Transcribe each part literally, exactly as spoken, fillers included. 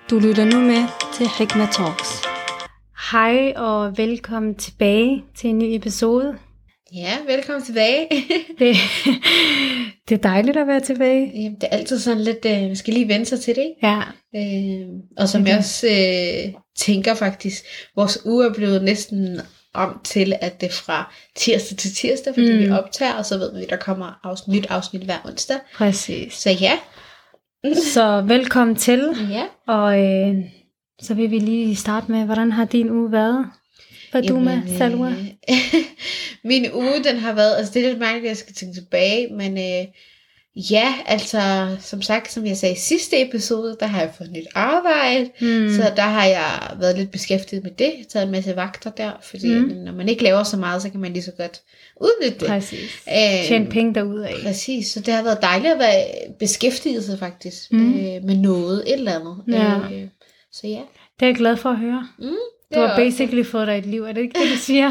Du lytter nu med til Hikma Talks. Hej og velkommen tilbage til en ny episode. Ja, velkommen tilbage. det, det er dejligt at være tilbage. Jamen, det er altid sådan lidt, øh, man skal lige vende sig til det, ikke? Ja. Øh, og som jeg også øh, tænker faktisk, vores uge er blevet næsten om til, at det er fra tirsdag til tirsdag, fordi mm. vi optager, og så ved vi, at der kommer afsnit, nyt afsnit hver onsdag. Præcis. Så ja. Så velkommen til. Ja. Og øh, så vil vi lige starte med, hvordan har din uge været? Hvad er du med, Salwa? Øh, min uge, den har været, altså det er lidt mærkeligt, at jeg skal tænke tilbage, men øh, ja, altså som sagt, som jeg sagde i sidste episode, der har jeg fået nyt arbejde, mm. så der har jeg været lidt beskæftiget med det, taget en masse vagter der, fordi mm. når man ikke laver så meget, så kan man lige så godt udnytte det. Præcis. Øh, Tjene penge derudad. Præcis, så det har været dejligt at være beskæftiget sig faktisk, mm. øh, med noget, et eller andet. Ja. Øh, så ja. Det er jeg glad for at høre. Mm. Du har basically også fået dig et liv, er det ikke det, du siger?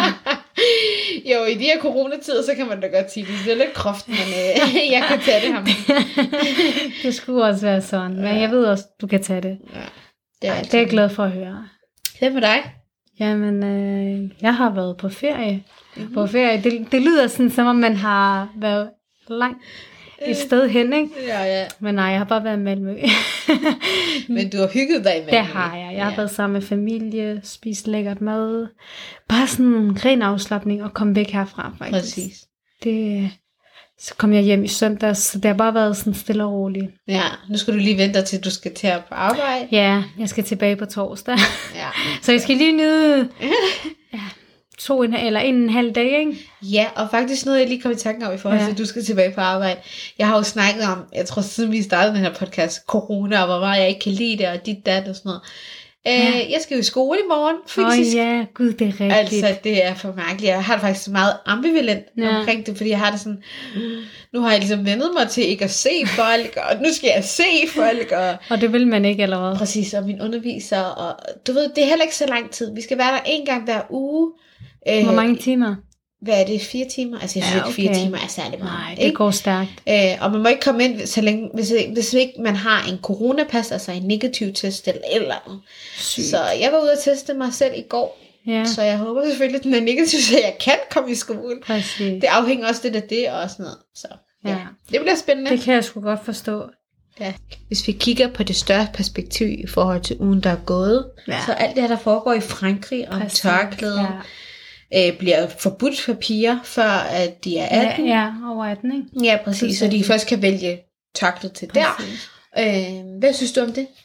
Jo, i de her coronatider, så kan man da godt sige, det er lidt groft, men øh, jeg kan tage det ham. Det skulle også være sådan, men jeg ved også, du kan tage det. Ja, det, er Ej, det er jeg glad for at høre. Hvad med dig? Jamen, øh, jeg har været på ferie. Mm-hmm. På ferie, det, det lyder sådan, som om man har været langt et sted hen, ikke? Ja, ja. Men nej, jeg har bare været i Malmø. Men du har hygget dig i Malmø? Det har jeg. Jeg har ja. været sammen med familie, spist lækkert mad. Bare sådan en ren afslapning og komme væk herfra, faktisk. Præcis. Det, så kom jeg hjem i søndags, så det har bare været sådan stille og roligt. Ja, nu skal du lige vente til, du skal til på arbejde. Ja, jeg skal tilbage på torsdag. Ja. Så jeg skal lige nyde ja, to en, eller en, en halv dag, ikke? Ja, og faktisk noget, jeg lige kom i tanke om i forhold til, ja. at du skal tilbage på arbejde. Jeg har jo snakket om, jeg tror siden vi startede den her podcast, corona, og hvor meget jeg ikke kan lide det, og dit dat og sådan noget. Ja. Øh, jeg skal jo i skole i morgen, fysisk. Åh oh, ja, gud, det er rigtigt. Altså, det er for mærkeligt. Jeg har det faktisk meget ambivalent ja. omkring det, fordi jeg har det sådan, nu har jeg ligesom vendet mig til ikke at se folk, og nu skal jeg se folk. Og, og det vil man ikke, eller hvad? Præcis, og min underviser, og du ved, det er heller ikke så lang tid. Vi skal være der en gang hver uge. Hvor mange timer? Hvad er det? Fire timer? Altså, jeg synes ja, okay. ikke, fire timer er særlig meget. Nej, det ikke? går stærkt. Øh, og man må ikke komme ind, så længe, hvis, hvis ikke man har en coronapas, altså en negativ test eller et eller andet. Sygt. Så jeg var ude at teste mig selv i går. Ja. Så jeg håber selvfølgelig, at den er negativ, så jeg kan komme i skole. Præcis. Det afhænger også lidt af det og sådan noget. Så ja. ja, det bliver spændende. Det kan jeg sgu godt forstå. Ja. Hvis vi kigger på det større perspektiv i forhold til ugen, der er gået, ja. så alt det her, der foregår i Frankrig om tørklæder, ja. Øh, bliver forbudt for piger, før at de er atten. Ja, ja over atten, ikke? Ja, præcis. Så de først kan vælge tørklæde til præcis. Der. Øh, hvad synes du om det?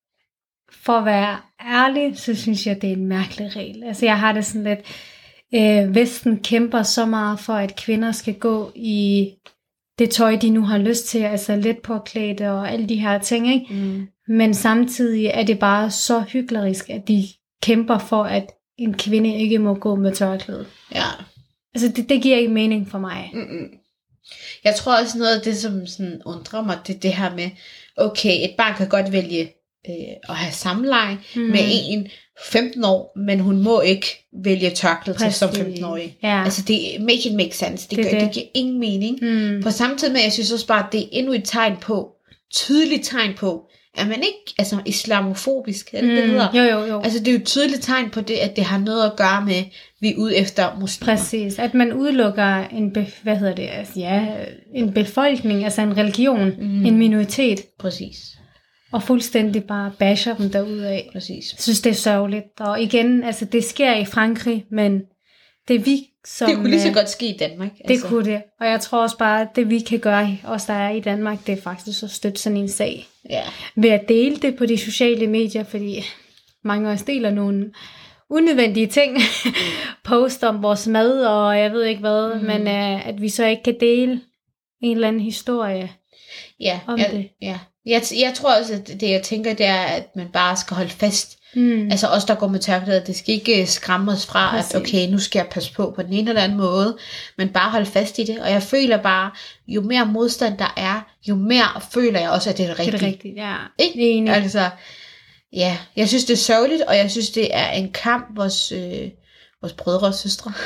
For at være ærlig, så synes jeg, det er en mærkelig regel. Altså, jeg har det sådan lidt, øh, Vesten kæmper så meget for, at kvinder skal gå i det tøj, de nu har lyst til, altså let påklædt og alle de her ting, ikke? Mm. Men samtidig er det bare så hyklerisk, at de kæmper for, at en kvinde ikke må gå med tørklæde. Ja. Altså, det, det giver ikke mening for mig. Mm-mm. Jeg tror også noget af det, som sådan undrer mig, det er det her med, okay, et barn kan godt vælge øh, at have samleje mm. med en femten år, men hun må ikke vælge tørklæde til som femten-årig. Ja. Altså, det make it make sense. Det, det, gør, det. det giver ingen mening. Mm. På samme tid med, jeg synes også bare, at det er endnu et tegn på, tydeligt tegn på, er man ikke altså islamofobisk, er det, mm, det hedder? Jo, jo, jo. Altså det er jo et tydeligt tegn på det, at det har noget at gøre med, vi er ude efter muslimer. Præcis, at man udelukker en, be, hvad hedder det, altså, ja, en befolkning, altså en religion, mm. en minoritet. Præcis. Og fuldstændig bare basher dem derudad. Præcis. Jeg synes, det er sørgeligt. Og igen, altså det sker i Frankrig, men det vi som... Det kunne lige så godt ske i Danmark. Det altså. kunne det. Og jeg tror også bare, at det vi kan gøre, os der er i Danmark, det er faktisk at støtte sådan en sag. Ja. Ved at dele det på de sociale medier, fordi mange af os deler nogle unødvendige ting. Mm. Post om vores mad, og jeg ved ikke hvad, mm. men uh, at vi så ikke kan dele en eller anden historie ja, om jeg, det. Ja. Jeg, jeg tror også, at det jeg tænker, det er, at man bare skal holde fast. Mm. Altså os, der går med tørklæder, det skal ikke skræmme os fra, præcis. At okay, nu skal jeg passe på på den ene eller anden måde, men bare holde fast i det. Og jeg føler bare, jo mere modstand der er, jo mere føler jeg også, at det er rigtigt. Det er rigtigt, ja. Ikke? Enig. Altså, ja, jeg synes det er sørgeligt, og jeg synes det er en kamp, vores, øh, vores brødre og søstre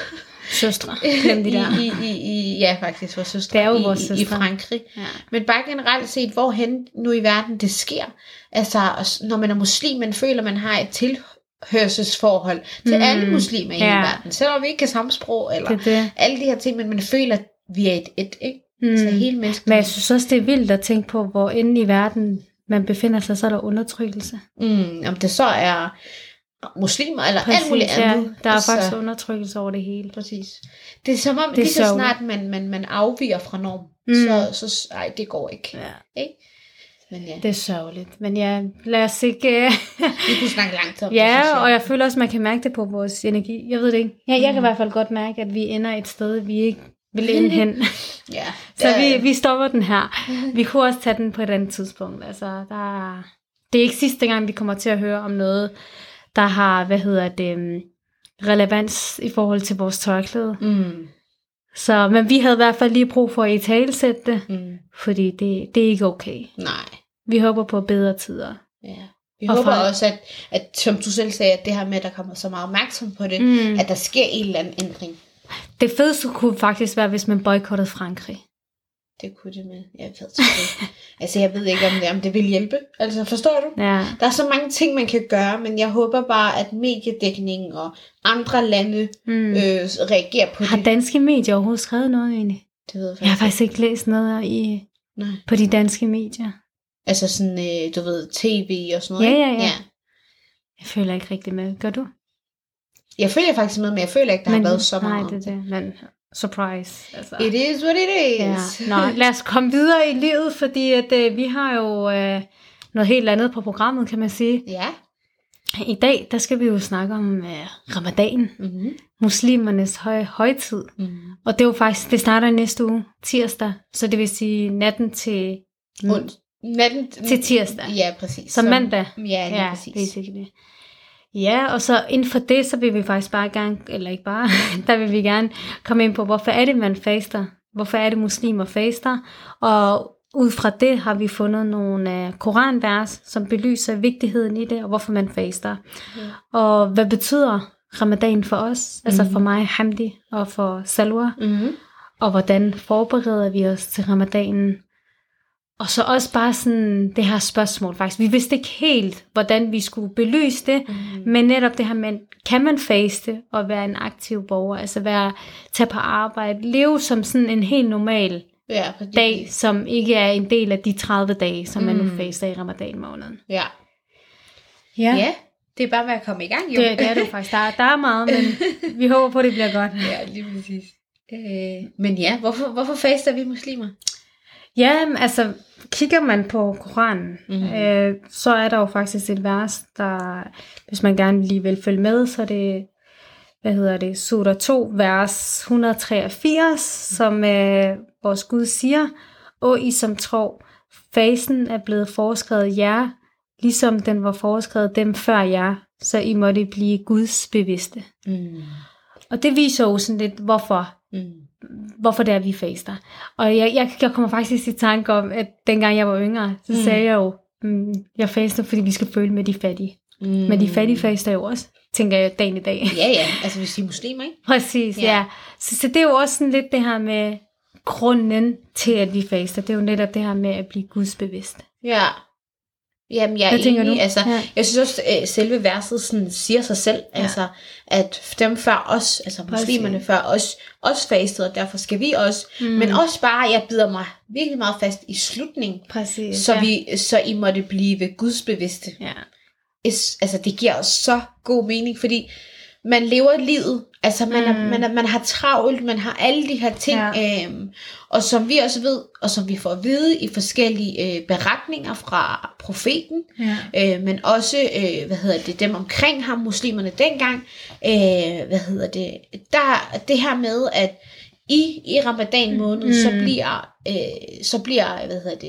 søstre. Glem de der. I, i, i, ja, faktisk vores søstre. Det er jo i, vores i, søstre. i Frankrig. Ja. Men bare generelt set, hvorhen nu i verden det sker. Altså, når man er muslim, man føler, man har et tilhørselsforhold til mm. alle muslimer i ja. hele verden. Selvom vi ikke kan samme sprog, eller det det. alle de her ting, men man føler, at vi er et et, ikke? Mm. Altså hele mennesket. Men jeg synes også, det er vildt at tænke på, hvor inde i verden man befinder sig, så er der undertrykkelse. Mm. Om det så er muslimer, eller Præcis, alt muligt andet. Ja, der er altså, faktisk undertrykkelse over det hele. Præcis. Det er som om, det er så snart man, man, man afviger fra norm, mm. så, så ej, det går ikke. Ja. ikke? Men ja. Det er sørgeligt. Men ja, lad os ikke... Vi kunne snakke langt om ja, det, jeg. og jeg føler også, man kan mærke det på vores energi. Jeg ved det ikke. Ja, jeg kan mm. i hvert fald godt mærke, at vi ender et sted, vi ikke vil ind hen. ja. Så vi, vi stopper den her. Vi kunne også tage den på et andet tidspunkt. Altså, der... Det er ikke sidste gang, vi kommer til at høre om noget, der har, hvad hedder det, relevans i forhold til vores tørklæde. Mm. Så, men vi havde i hvert fald lige brug for at italesætte det, mm. fordi det, det er ikke okay. Nej. Vi håber på bedre tider. Ja. Vi og håber fra... også, at, at, som du selv sagde, at det her med, at der kommer så meget opmærksom på det, mm. at der sker en eller anden ændring. Det fedeste kunne faktisk være, hvis man boykottede Frankrig. Det kunne det med. Jeg ved det. altså, jeg ved ikke, om det, om det vil hjælpe. Altså, forstår du? Ja. Der er så mange ting, man kan gøre, men jeg håber bare, at mediedækningen og andre lande mm. øh, reagerer på har det. Har danske medier overhovedet skrevet noget egentlig? Det ved jeg faktisk. Jeg har faktisk ikke læst noget i, Nej. på de danske medier. Altså sådan, øh, du ved, tv og sådan noget, ja, ikke? Ja, ja, ja. Jeg føler ikke rigtig med. Gør du? Jeg føler faktisk med, men jeg føler ikke, der men, har været så meget. Nej, det er det. Men surprise. Altså. It is what it is. Ja. Nå, lad os komme videre i livet, fordi at, øh, vi har jo øh, noget helt andet på programmet, kan man sige. Ja. I dag, der skal vi jo snakke om øh, ramadan. Mm-hmm. Muslimernes høj, højtid. Mm. Og det er jo faktisk, det starter næste uge, tirsdag. Så det vil sige natten til... Und. Natten til tirsdag. Ja, præcis. Så mandag. Ja, lige ja, præcis. Basically. Ja, og så inden for det, så vil vi faktisk bare gerne, eller ikke bare, der vil vi gerne komme ind på, hvorfor er det, man faster? Hvorfor er det, muslimer faster? Og ud fra det har vi fundet nogle uh, koranvers, som belyser vigtigheden i det, og hvorfor man faster. Mm. Og hvad betyder ramadan for os? Mm. Altså for mig, Hamdi, og for Salwa. Mm. Og hvordan forbereder vi os til ramadanen? Og så også bare sådan det her spørgsmål faktisk. Vi vidste ikke helt, hvordan vi skulle belyse det, mm. men netop det her med, kan man faste og være en aktiv borger, altså være, tage på arbejde, leve som sådan en helt normal ja, dag, som ikke er en del af de tredive dage, som mm. man nu faster i ramadan-måneden. Ja. ja. Ja, det er bare med at komme i gang, jo. Det, det er det faktisk. Der, der er meget, men vi håber på, at det bliver godt. Ja, lige præcis. Øh, men ja, hvorfor, hvorfor faster vi muslimer? Ja, altså kigger man på Koranen, mm-hmm. øh, så er der jo faktisk et vers, der, hvis man gerne lige vil følge med, så er det, hvad hedder det, Surah to, vers et hundrede treogfirs, som øh, vores Gud siger, og I som tror, fasten er blevet foreskrevet jer, ligesom den var foreskrevet dem før jer, så I måtte blive Guds bevidste. Mm. Og det viser jo sådan lidt, hvorfor mm. hvorfor det er, vi faster. Og jeg, jeg, jeg kommer faktisk i tanke om, at dengang jeg var yngre, så mm. sagde jeg jo, mm, jeg faster, fordi vi skal føle med de fattige. Mm. Men de fattige faster jo også, tænker jeg, dagen i dag. Ja, ja, altså hvis de er muslimer, ikke? Præcis, ja. ja. Så, så det er jo også sådan lidt det her med grunden til, at vi faster. Det er jo netop det her med at blive gudsbevidst. Ja. Jamen, jeg er Hvad tænker enig. du? Altså, ja. Jeg synes også, at selve verset sådan siger sig selv, ja. altså, at dem før os, altså muslimerne Præcis. før os, også fastede, og derfor skal vi også. Mm. Men også bare, jeg bider mig virkelig meget fast i slutningen, Præcis, så, ja. vi, så I måtte blive gudsbevidste. Ja. Es, altså, det giver os så god mening, fordi man lever livet, altså man, mm. er, man, er, man har travlt, man har alle de her ting, ja. øhm, og som vi også ved, og som vi får at vide i forskellige øh, beretninger fra profeten, ja. øh, men også, øh, hvad hedder det, dem omkring ham, muslimerne dengang, øh, hvad hedder det, der, det her med, at i, i ramadan måned, mm. så bliver, øh, så bliver, hvad hedder det,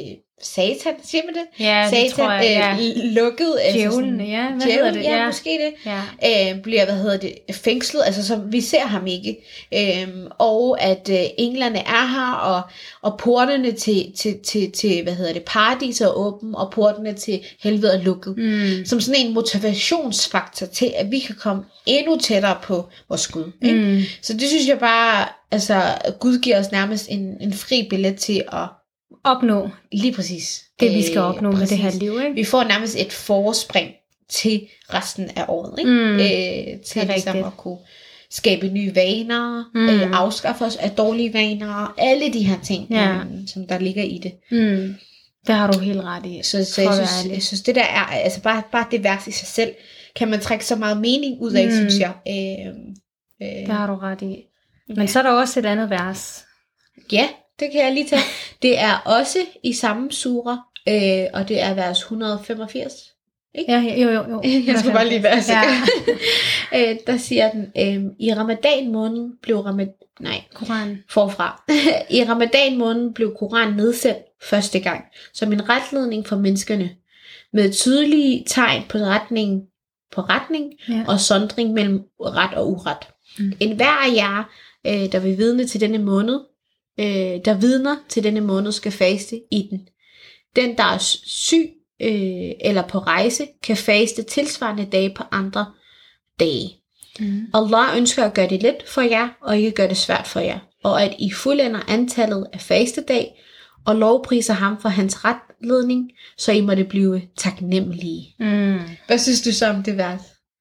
Satan, siger man det? Ja, Satan, det tror jeg, ja. øh, lukket. Djævlen, altså ja, hvad djævlen, hedder det? Ja, Ja. måske det. Ja. Øh, bliver, hvad hedder det, fængslet, altså så vi ser ham ikke. Øhm, og at øh, englerne er her, og, og portene til, til, til, til, hvad hedder det, paradis er åben, og portene til helvede er lukket. Mm. Som sådan en motivationsfaktor til, at vi kan komme endnu tættere på vores Gud. Ikke? Mm. Så det synes jeg bare, altså Gud giver os nærmest en, en fri billet til at Opnå lige præcis det, vi skal øh, opnå med det her liv, ikke? Vi får nærmest et forspring til resten af året, ikke? Mm. Øh, til ligesom rigtigt. at kunne skabe nye vaner, Mm. øh, afskaffe os af dårlige vaner, alle de her ting, Ja. øh, som der ligger i det. Mm. Det har du helt ret i. Så, så for jeg, at være synes, ærlig. jeg synes, det der er, altså bare, bare det vers i sig selv, kan man trække så meget mening ud af, Mm. synes jeg. Øh, øh, Det har du ret i. Men Ja. så er der også et andet vers. Ja, det kan jeg lige tage. Det er også i samme sura, øh, og det er vers et hundrede og femogfirs. Ja, jo, jo, jo. Jeg skulle bare lige være sikker. Ja. øh, der siger den, øh, i ramadan måneden blev ramadan, nej, Koran. forfra. I ramadan måneden blev Koran nedsendt første gang, som en retledning for menneskerne, med tydelige tegn på retning, på retning Ja. og sondring mellem ret og uret. Mm. En hver af jer, øh, der vil vidne til denne måned, øh, der vidner til denne måned, skal faste i den. Den, der er syg øh, eller på rejse, kan faste tilsvarende dage på andre dage. Mm. Allah ønsker at gøre det let for jer, og ikke gøre det svært for jer, og at I fuldender antallet af fastedag, og lovpriser ham for hans retledning, så I måtte blive taknemmelige. Mm. Hvad synes du så om det vers?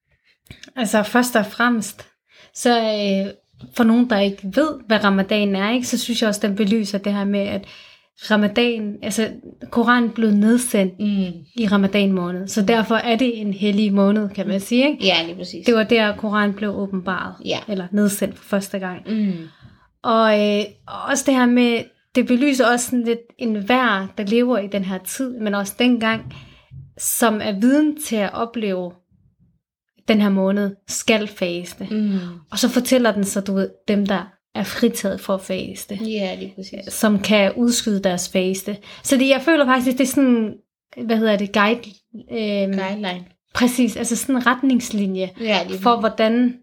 Altså først og fremmest, så øh, for nogen, der ikke ved, hvad ramadan er, ikke, så synes jeg også, den belyser det her med, at ramadan, altså Koran blev nedsendt Mm. i ramadan måned, så derfor er det en hellig måned, kan man sige, ikke? Ja, lige præcis. Det var der, Koran blev åbenbaret, Ja. eller nedsendt for første gang. Mm. Og øh, også det her med, det belyser også sådan lidt en hver, der lever i den her tid, men også dengang, som er viden til at opleve den her måned, skal faste. Mm. Og så fortæller den så, du ved, dem der er fritaget for at faste, Ja, lige præcis. som kan udskyde deres faste. Så det, jeg føler faktisk, det er sådan, hvad hedder det, guide, øh, Guideline. præcis, altså sådan en retningslinje, Ja, lige for hvordan,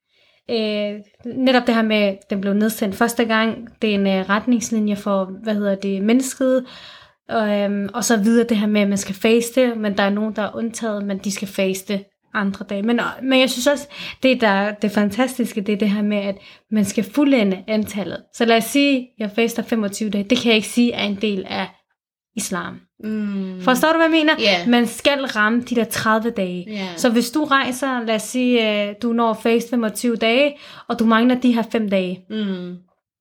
øh, netop det her med, at den blev nedsendt første gang, det er en øh, retningslinje for, hvad hedder det, mennesket, og, øh, og så videre det her med, at man skal faste, men der er nogen, der er undtaget, men de skal faste andre dage. Men, men jeg synes også, det der det fantastiske, det er det her med, at man skal fuldende antallet. Så lad os sige, at jeg faster femogtyve dage, det kan jeg ikke sige er en del af islam. Mm. Forstår du, hvad jeg mener? Ja. Man skal ramme de der tredive dage. Ja. Så hvis du rejser, lad os sige, at du når at faste femogtyve dage, og du mangler de her fem dage, Mm.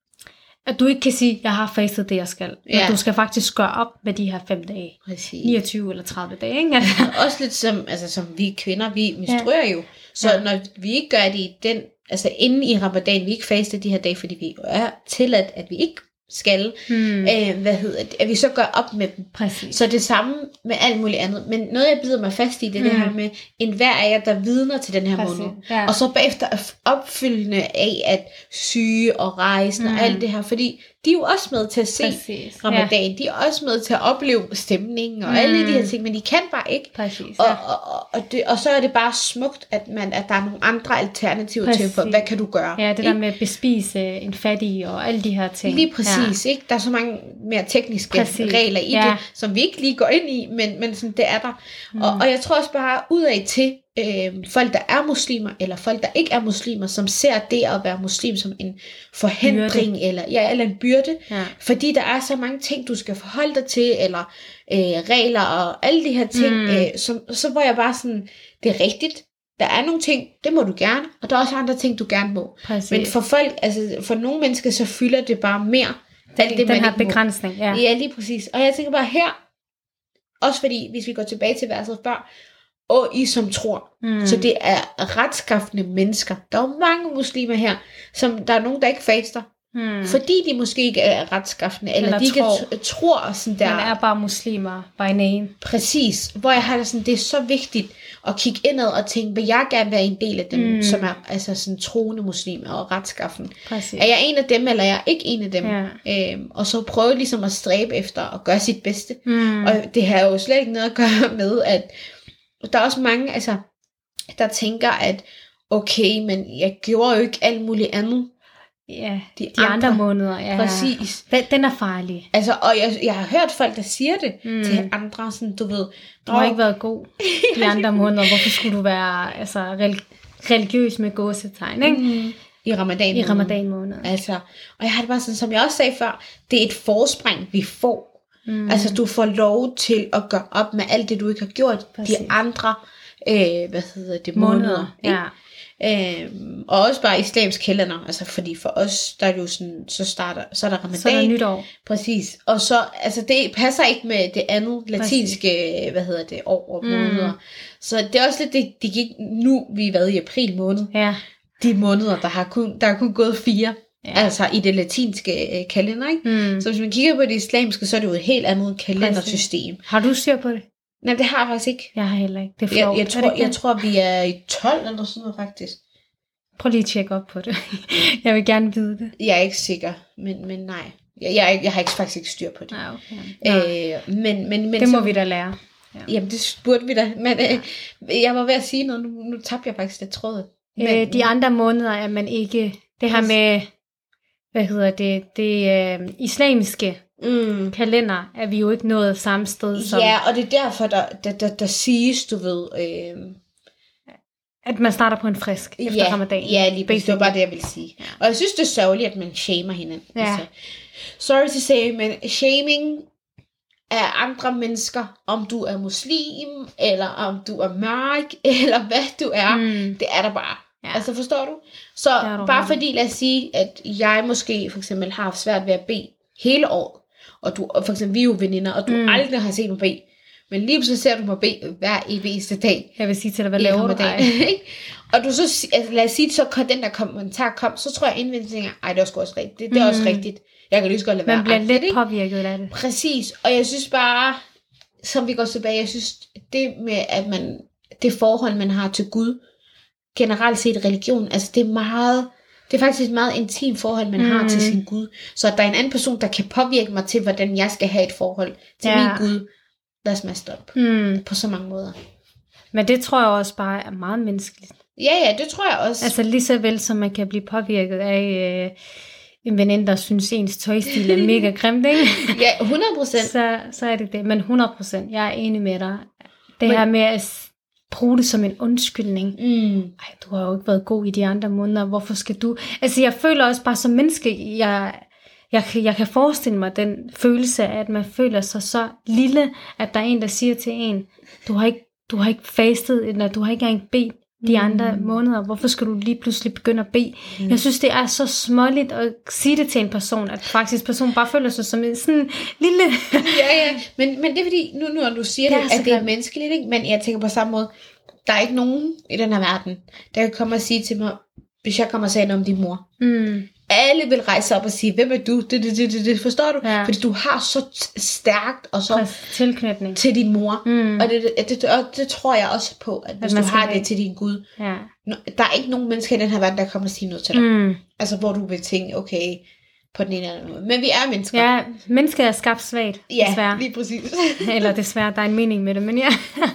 at du ikke kan sige, at jeg har fastet det, jeg skal. Men Ja. du skal faktisk gøre op med de her fem dage. Præcis. niogtyve eller tredive dage, ikke? Altså, Også lidt som, altså som vi kvinder, vi menstruerer jo. Så Ja. når vi ikke gør det i den, altså inden i ramadan, vi ikke faster de her dage, fordi vi er tilladt, at vi ikke skal, hmm, øh, hvad hedder det, at vi så gør op med dem. præcis. Så det samme med alt muligt andet. Men noget, jeg bider mig fast i, det er det Mm. her med, en hver af jer, der vidner til den her Præcis, måned. ja. Og så bagefter er opfyldende af at syge og rejsen Mm. og alt det her. Fordi de er jo også med til at se Præcis. ramadan. Ja. De er også med til at opleve stemningen og mm. alle de her ting, men de kan bare ikke. Præcis, Og, ja. og, og, og, det, og så er det bare smukt, at, man, at der er nogle andre alternativer Præcis. til, for, hvad kan du gøre? Ja, det der Ikke? med at bespise en fattig og alle de her ting. Lige præcis, ja. Ikke? Der er så mange mere tekniske Præcis. regler i Ja. det, som vi ikke lige går ind i, men, men sådan, det er der. Mm. Og, og jeg tror også bare udad til øh, folk, der er muslimer, eller folk, der ikke er muslimer, som ser det at være muslim som en forhindring, eller, ja, eller en byrde. Ja. Fordi der er så mange ting, du skal forholde dig til, eller øh, regler og alle de her ting, Mm. øh, som, så var jeg bare sådan, det er rigtigt. Der er nogle ting, det må du gerne, og der er også andre ting, du gerne må. Præcis. Men for folk, altså for nogle mennesker, så fylder det bare mere. Alt det, den man her ikke må. begrænsning, ja. Ja, lige præcis. Og jeg tænker bare her, også fordi, hvis vi går tilbage til verset før, og I som tror, Mm. så det er retskaffende mennesker. Der er jo mange muslimer her, som der er nogen, der ikke faster, Mm. Fordi de måske ikke er retskaffende, eller, Eller de ikke tror. t- tror sådan der. Man er bare muslimer by name. Præcis. Hvor jeg har det sådan, det er så vigtigt at kigge indad og tænke, vil jeg gerne være en del af dem, mm. som er altså sådan troende muslimer og retskaffen. Præcis. Er jeg en af dem, eller er jeg ikke en af dem? Ja. Øhm, og så prøve ligesom at stræbe efter at gøre sit bedste. Mm. Og det har jo slet ikke noget at gøre med, at der er også mange, altså, der tænker, at okay, men jeg gjorde jo ikke alt muligt andet. Ja, de, de andre, andre måneder. Ja. Præcis. Den, den er farlig. Altså, og jeg, jeg har hørt folk, der siger det mm. til andre, sådan, du ved. Du har ikke været god de andre måneder. Hvorfor skulle du være altså, religiøs med gåsetegn, ikke? Mm. I ramadan I ramadan måned. Altså, og jeg har det bare sådan, som jeg også sagde før, det er et forspring, vi får. Mm. Altså, du får lov til at gøre op med alt det, du ikke har gjort. Præcis. De andre, øh, hvad hedder det, måneder. måneder ikke? Ja. Øhm, og også bare islamisk kalender, altså fordi for os, der er det jo sådan, så starter, så er der ramadan. Så er der nytår. Præcis. Og så, altså det passer ikke med det andet latinske, præcis. Hvad hedder det, år og måneder. Mm. Så det er også lidt, det, det gik, nu vi har været i april måned. Ja. De måneder, der har kun, der har kun gået fire. Ja. Altså i det latinske øh, kalender, ikke? Mm. Så hvis man kigger på det islamiske, så er det jo et helt andet kalendersystem. Har du styr på det? Nej, det har jeg faktisk ikke. Jeg har heller ikke. Det er jeg, jeg, tror, jeg tror, vi er i tolv eller sådan noget, faktisk. Prøv lige at tjekke op på det. Jeg vil gerne vide det. Jeg er ikke sikker, men, men nej. Jeg, jeg, jeg har ikke, faktisk ikke styr på det. Nej, okay. Øh, men, men, men, det må så, vi da lære. Ja. Jamen, det burde vi da. Men øh, jeg var ved at sige noget. Nu, nu tabte jeg faktisk det tråd. Men, øh, de andre måneder er man ikke... Det her med... Hvad hedder det? Det øh, islamiske... Mm. kalender er vi jo ikke nået samme sted som... Ja, og det er derfor, der, der, der, der siges, du ved... Øh... At man starter på en frisk efter ja, ramadan. Ja, lige præcis. Det var bare det, jeg ville sige. Ja. Og jeg synes, det er sørgeligt, at man shamer hinanden. Ja. Altså, sorry to say, men shaming af andre mennesker, om du er muslim, eller om du er mørk, eller hvad du er, mm. det er der bare. Ja. Altså, forstår du? Så du bare fordi, lad os sige, at jeg måske for eksempel har haft svært ved at bede hele året, og du, og for eksempel vi er jo veninder, og du mm. aldrig har set mig bede, men lige pludselig ser du mig bede hver eneste dag. Jeg vil sige til dig, hvad laver du? Og du så, altså, lad os sige, så kan den der kommentar kom, så tror jeg indvendigt tænker, ej, det er også også rigtigt. Det, det er mm. også rigtigt. Jeg kan lige så godt lade være. Man bliver ej, lidt ikke? Påvirket af det. Præcis. Og jeg synes bare, som vi går tilbage, jeg synes, det med, at man, det forhold, man har til Gud, generelt set religion, altså det er meget... Det er faktisk et meget intimt forhold, man mm. har til sin Gud. Så at der er en anden person, der kan påvirke mig til, hvordan jeg skal have et forhold til ja. min Gud, that's messed up. Mm. På så mange måder. Men det tror jeg også bare er meget menneskeligt. Ja, ja, det tror jeg også. Altså lige så vel, som man kan blive påvirket af øh, en veninde, der synes, ens tøjstil er mega grimt, ikke? Ja, hundrede procent. Så, så er det det. Men hundrede procent, jeg er enig med dig. Det Men... her med at bruge det som en undskyldning. Mm. Ej, du har jo ikke været god i de andre måneder. Hvorfor skal du... Altså, jeg føler også bare som menneske, jeg, jeg, jeg kan forestille mig den følelse af, at man føler sig så lille, at der er en, der siger til en, du har ikke, du har ikke fastet, eller du har ikke engang bedt de andre mm. måneder. Hvorfor skal du lige pludselig begynde at bede? Mm. Jeg synes, det er så småligt at sige det til en person, at faktisk personen bare føler sig som en sådan lille... ja, ja. Men, men det er fordi, nu når du siger det, det at det er menneskeligt, ikke? Men jeg tænker på samme måde, der er ikke nogen i den her verden, der kan komme og sige til mig, hvis jeg kommer og siger noget om din mor. Mm. Alle vil rejse op og sige, hvem er du? Det, det, det, det, det. Forstår du? Ja. Fordi du har så stærkt og så tilknytning til din mor. Mm. Og, det, det, det, og det tror jeg også på, at hvis at du har det have... til din Gud. Ja. Der er ikke nogen mennesker i den her verden, der kommer og sige noget til dig. Mm. Altså hvor du vil tænke, okay, på den ene eller anden måde. Men vi er mennesker. Ja, mennesket er skabt svagt, ja, desværre. Lige præcis. Eller desværre, der er en mening med det, men ja.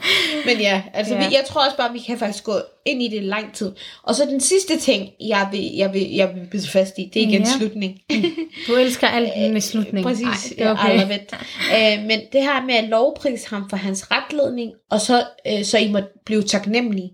men ja, altså ja. Vi, jeg tror også bare, vi kan faktisk gå ind i det lang tid. Og så den sidste ting, jeg vil, jeg vil, jeg vil blive fast i, det er igen ja. slutning. Du elsker alt med slutning. Præcis, Ej, okay. I love it. uh, men det her med at lovprise ham for hans retledning, og så, uh, så I må blive taknemmelige.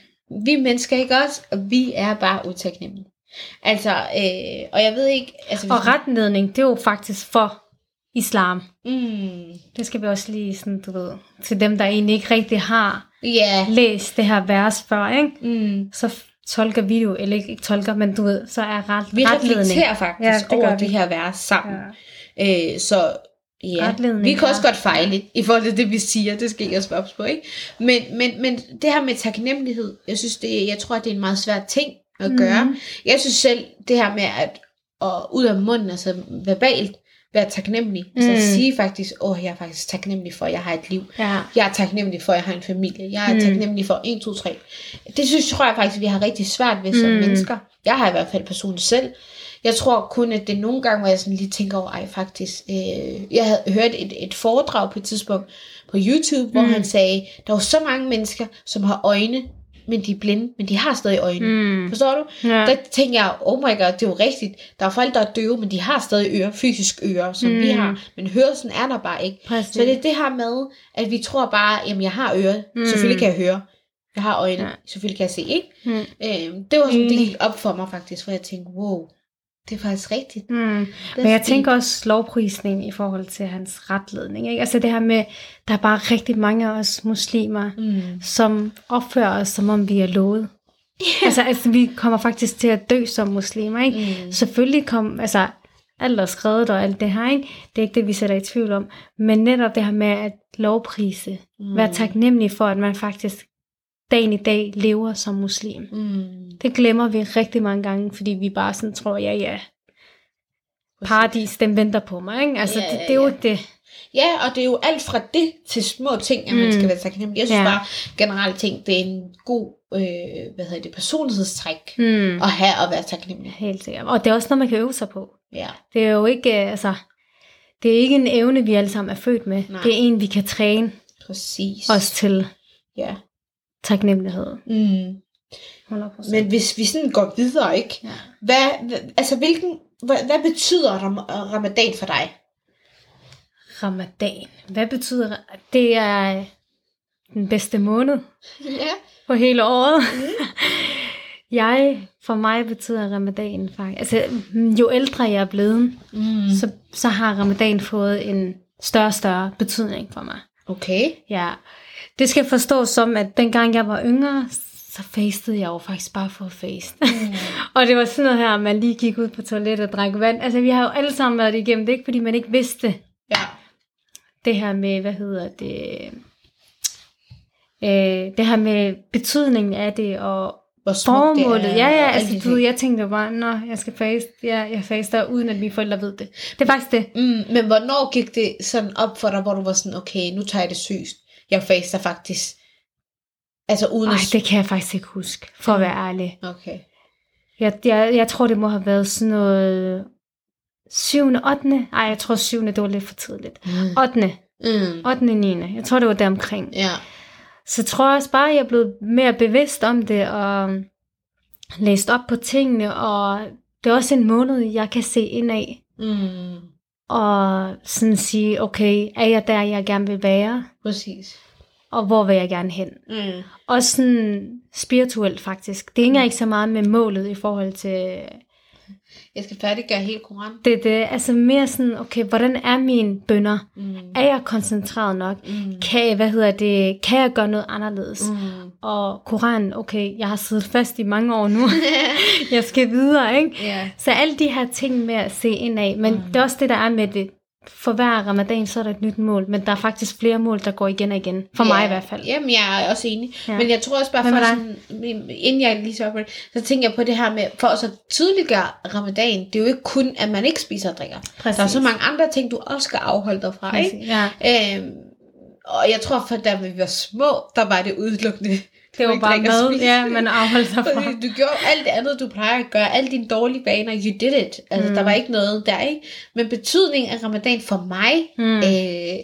Vi mennesker ikke også, og vi er bare utaknemmelige. Altså, øh, og jeg ved ikke... Altså, og retledning, det er jo faktisk for islam. Mm. Det skal vi også lige sådan, du ved, til dem, der egentlig ikke rigtig har yeah. læst det her vers før, ikke? Mm. Så tolker vi jo, eller ikke, ikke tolker, men du ved, så er ret, vi retledning. Vi reflekterer faktisk ja, det over de her vers sammen. Ja. Øh, så ja, retledning, vi kan også ja. godt fejle i forhold til det, vi siger. Det skal jeg også være på, ikke? Men, men, men det her med taknemmelighed, jeg synes, det, jeg tror, det er en meget svær ting at gøre. Mm. Jeg synes selv, det her med at, og ud af munden, altså verbalt, være taknemmelig. Altså Mm. at sige faktisk, åh, jeg er faktisk taknemmelig for, at jeg har et liv. Ja. Jeg er taknemmelig for, at jeg har en familie. Jeg er Mm. taknemmelig for en, to, tre. Det synes tror jeg faktisk, vi har rigtig svært ved som Mm. mennesker. Jeg har i hvert fald personligt selv. Jeg tror kun, at det nogle gange, hvor jeg sådan lige tænker over, ej faktisk, øh, jeg havde hørt et, et foredrag på et tidspunkt på YouTube, hvor Mm. han sagde, der var så mange mennesker, som har øjne, men de er blinde, men de har stadig øjne. Mm. Forstår du? Ja. Der tænker jeg, oh my god, det er jo rigtigt. Der er folk, der er døve, men de har stadig ører, fysisk ører, som mm. vi har. Men hørelsen er der bare ikke. Præcis. Så det er det her med, at vi tror bare, jamen jeg har ører, Mm. selvfølgelig kan jeg høre. Jeg har øjne, Ja. selvfølgelig kan jeg se, ikke? Mm. Øhm, det var sådan, det Enig. gik op for mig faktisk, hvor jeg tænkte, wow, det er faktisk rigtigt. Mm. Det er Men jeg fordi- tænker også lovprisning i forhold til hans retledning. Ikke? Altså det her med, der er bare rigtig mange af os muslimer, Mm. som opfører os, som om vi er lovet. Yeah. Altså, altså vi kommer faktisk til at dø som muslimer. Ikke? Mm. Selvfølgelig kom, altså alt er skrevet og alt det her, ikke? Det er ikke det, vi sætter i tvivl om. Men netop det her med at lovprise, Mm. være taknemmelig for, at man faktisk dagen i dag lever som muslim. Mm. Det glemmer vi rigtig mange gange, fordi vi bare sådan tror, ja ja, paradis, den venter på mig. Ikke? Altså Ja, det, det er jo ja. det. Ja, og det er jo alt fra det til små ting, at man Mm. skal være taknemmelig. Jeg synes Ja. bare generelt ting, det er en god øh, hvad hedder det, personlighedstræk Mm. at have at være taknemmelig. Helt sikkert. Og det er også noget, man kan øve sig på. Ja. Det er jo ikke, øh, altså, det er ikke en evne, vi alle sammen er født med. Nej. Det er en, vi kan træne Præcis. os til Ja. taknemmelighed. Mm. hundrede procent. Men hvis vi sådan går videre, ikke? Ja. Hvad, altså hvilken, hvad, hvad betyder ram- ramadan for dig? Ramadan. Hvad betyder det? Det er den bedste måned Ja. på hele året. Jeg, for mig betyder ramadan faktisk, altså jo ældre jeg er blevet, Mm. så, så har ramadan fået en større og større betydning for mig. Okay. Ja, det skal forstås som, at dengang jeg var yngre, så fastede jeg jo faktisk bare for at faste. Mm. Og det var sådan noget her, man lige gik ud på toilettet og drak vand. Altså vi har jo alle sammen været igennem det, ikke fordi man ikke vidste Ja. det her med, hvad hedder det, øh, det her med betydningen af det, og Hvor smukt det formålet. er, Ja, ja, og altså alle de du, ting. jeg tænkte bare, nå, jeg skal faste, ja, jeg faster, uden at mine forældre ved det. Det er faktisk det. Mm, men hvornår gik det sådan op for dig, hvor du var sådan, okay, nu tager jeg det seriøst. Jeg faster faktisk. Altså uden Ej, at... det kan jeg faktisk ikke huske, for at være ærlig. Okay. Jeg, jeg, jeg tror, det må have været sådan noget syvende, ottende. Ej, jeg tror syvende, det var lidt for tidligt. Mm. ottende. Mm. ottende, niende. Jeg tror, det var deromkring. Ja. Så tror jeg også bare, at jeg er blevet mere bevidst om det, og læst op på tingene, og det er også en måned, jeg kan se indad, Mm. og sådan sige, okay, er jeg der, jeg gerne vil være, Præcis. og hvor vil jeg gerne hen? Mm. Også sådan spirituelt faktisk. Det hænger ikke så meget med målet i forhold til Jeg skal færdiggøre helt koran. det, det altså mere sådan, okay, hvordan er mine bønner? Mm. Er jeg koncentreret nok? Mm. Kan jeg, hvad hedder det, kan jeg gøre noget anderledes? Mm. Og Koranen, okay, jeg har siddet fast i mange år nu. Jeg skal videre, ikke? Ja. Så alle de her ting med at se indad, men mm. det er også det, der er med det. For hver ramadan, så er der et nyt mål, men der er faktisk flere mål, der går igen og igen. For Ja. mig i hvert fald. Jamen, jeg er også enig. Ja. Ja. Men jeg tror også bare, Hvad for med sådan, inden jeg lige så op på det, så tænker jeg på det her med, for at så tydeliggøre ramadan, det er jo ikke kun, at man ikke spiser og drikker. Præcis. Der er så mange andre ting, du også skal afholde dig fra, ikke? Præcis, ja. Øhm, og jeg tror, for da vi var små, der var det udelukkende. Det var bare mad, ja, man afholdt sig fra. Fordi du gjorde alt det andet, du plejer at gøre, alle dine dårlige vaner, you did it. Altså, mm. der var ikke noget der, ikke? Men betydningen af ramadan for mig, Mm. øh,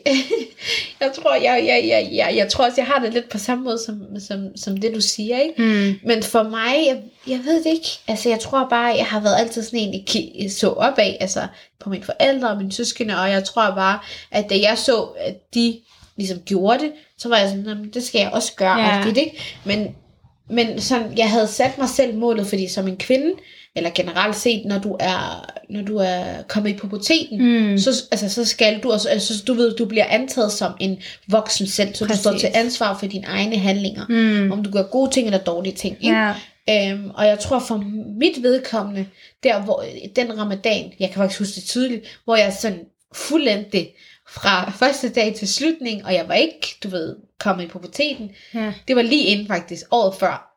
jeg tror, jeg, jeg, jeg, jeg, jeg tror også, jeg har det lidt på samme måde, som, som, som det, du siger, ikke? Mm. Men for mig, jeg, jeg ved det ikke. Altså, jeg tror bare, jeg har været altid sådan en, jeg så op af, altså på mine forældre og mine søskende, og jeg tror bare, at da jeg så, at de ligesom gjorde det, så var jeg sådan, "Jamen, det skal jeg også gøre, Ja. yeah. ikke? Men, men sådan, jeg havde sat mig selv målet, fordi som en kvinde, eller generelt set, når du er, når du er kommet i puberteten, Mm. så, altså, så skal du også, altså, du ved, du bliver antaget som en voksen selv, så Præcis. du står til ansvar for dine egne handlinger, Mm. om du gør gode ting eller dårlige ting, ikke? Ja. Øhm, og jeg tror for mit vedkommende, der hvor den ramadan, jeg kan faktisk huske det tydeligt, hvor jeg sådan fuldendte det fra første dag til slutning, og jeg var ikke, du ved, kommet i puberteten. Ja. Det var lige inden faktisk, året før,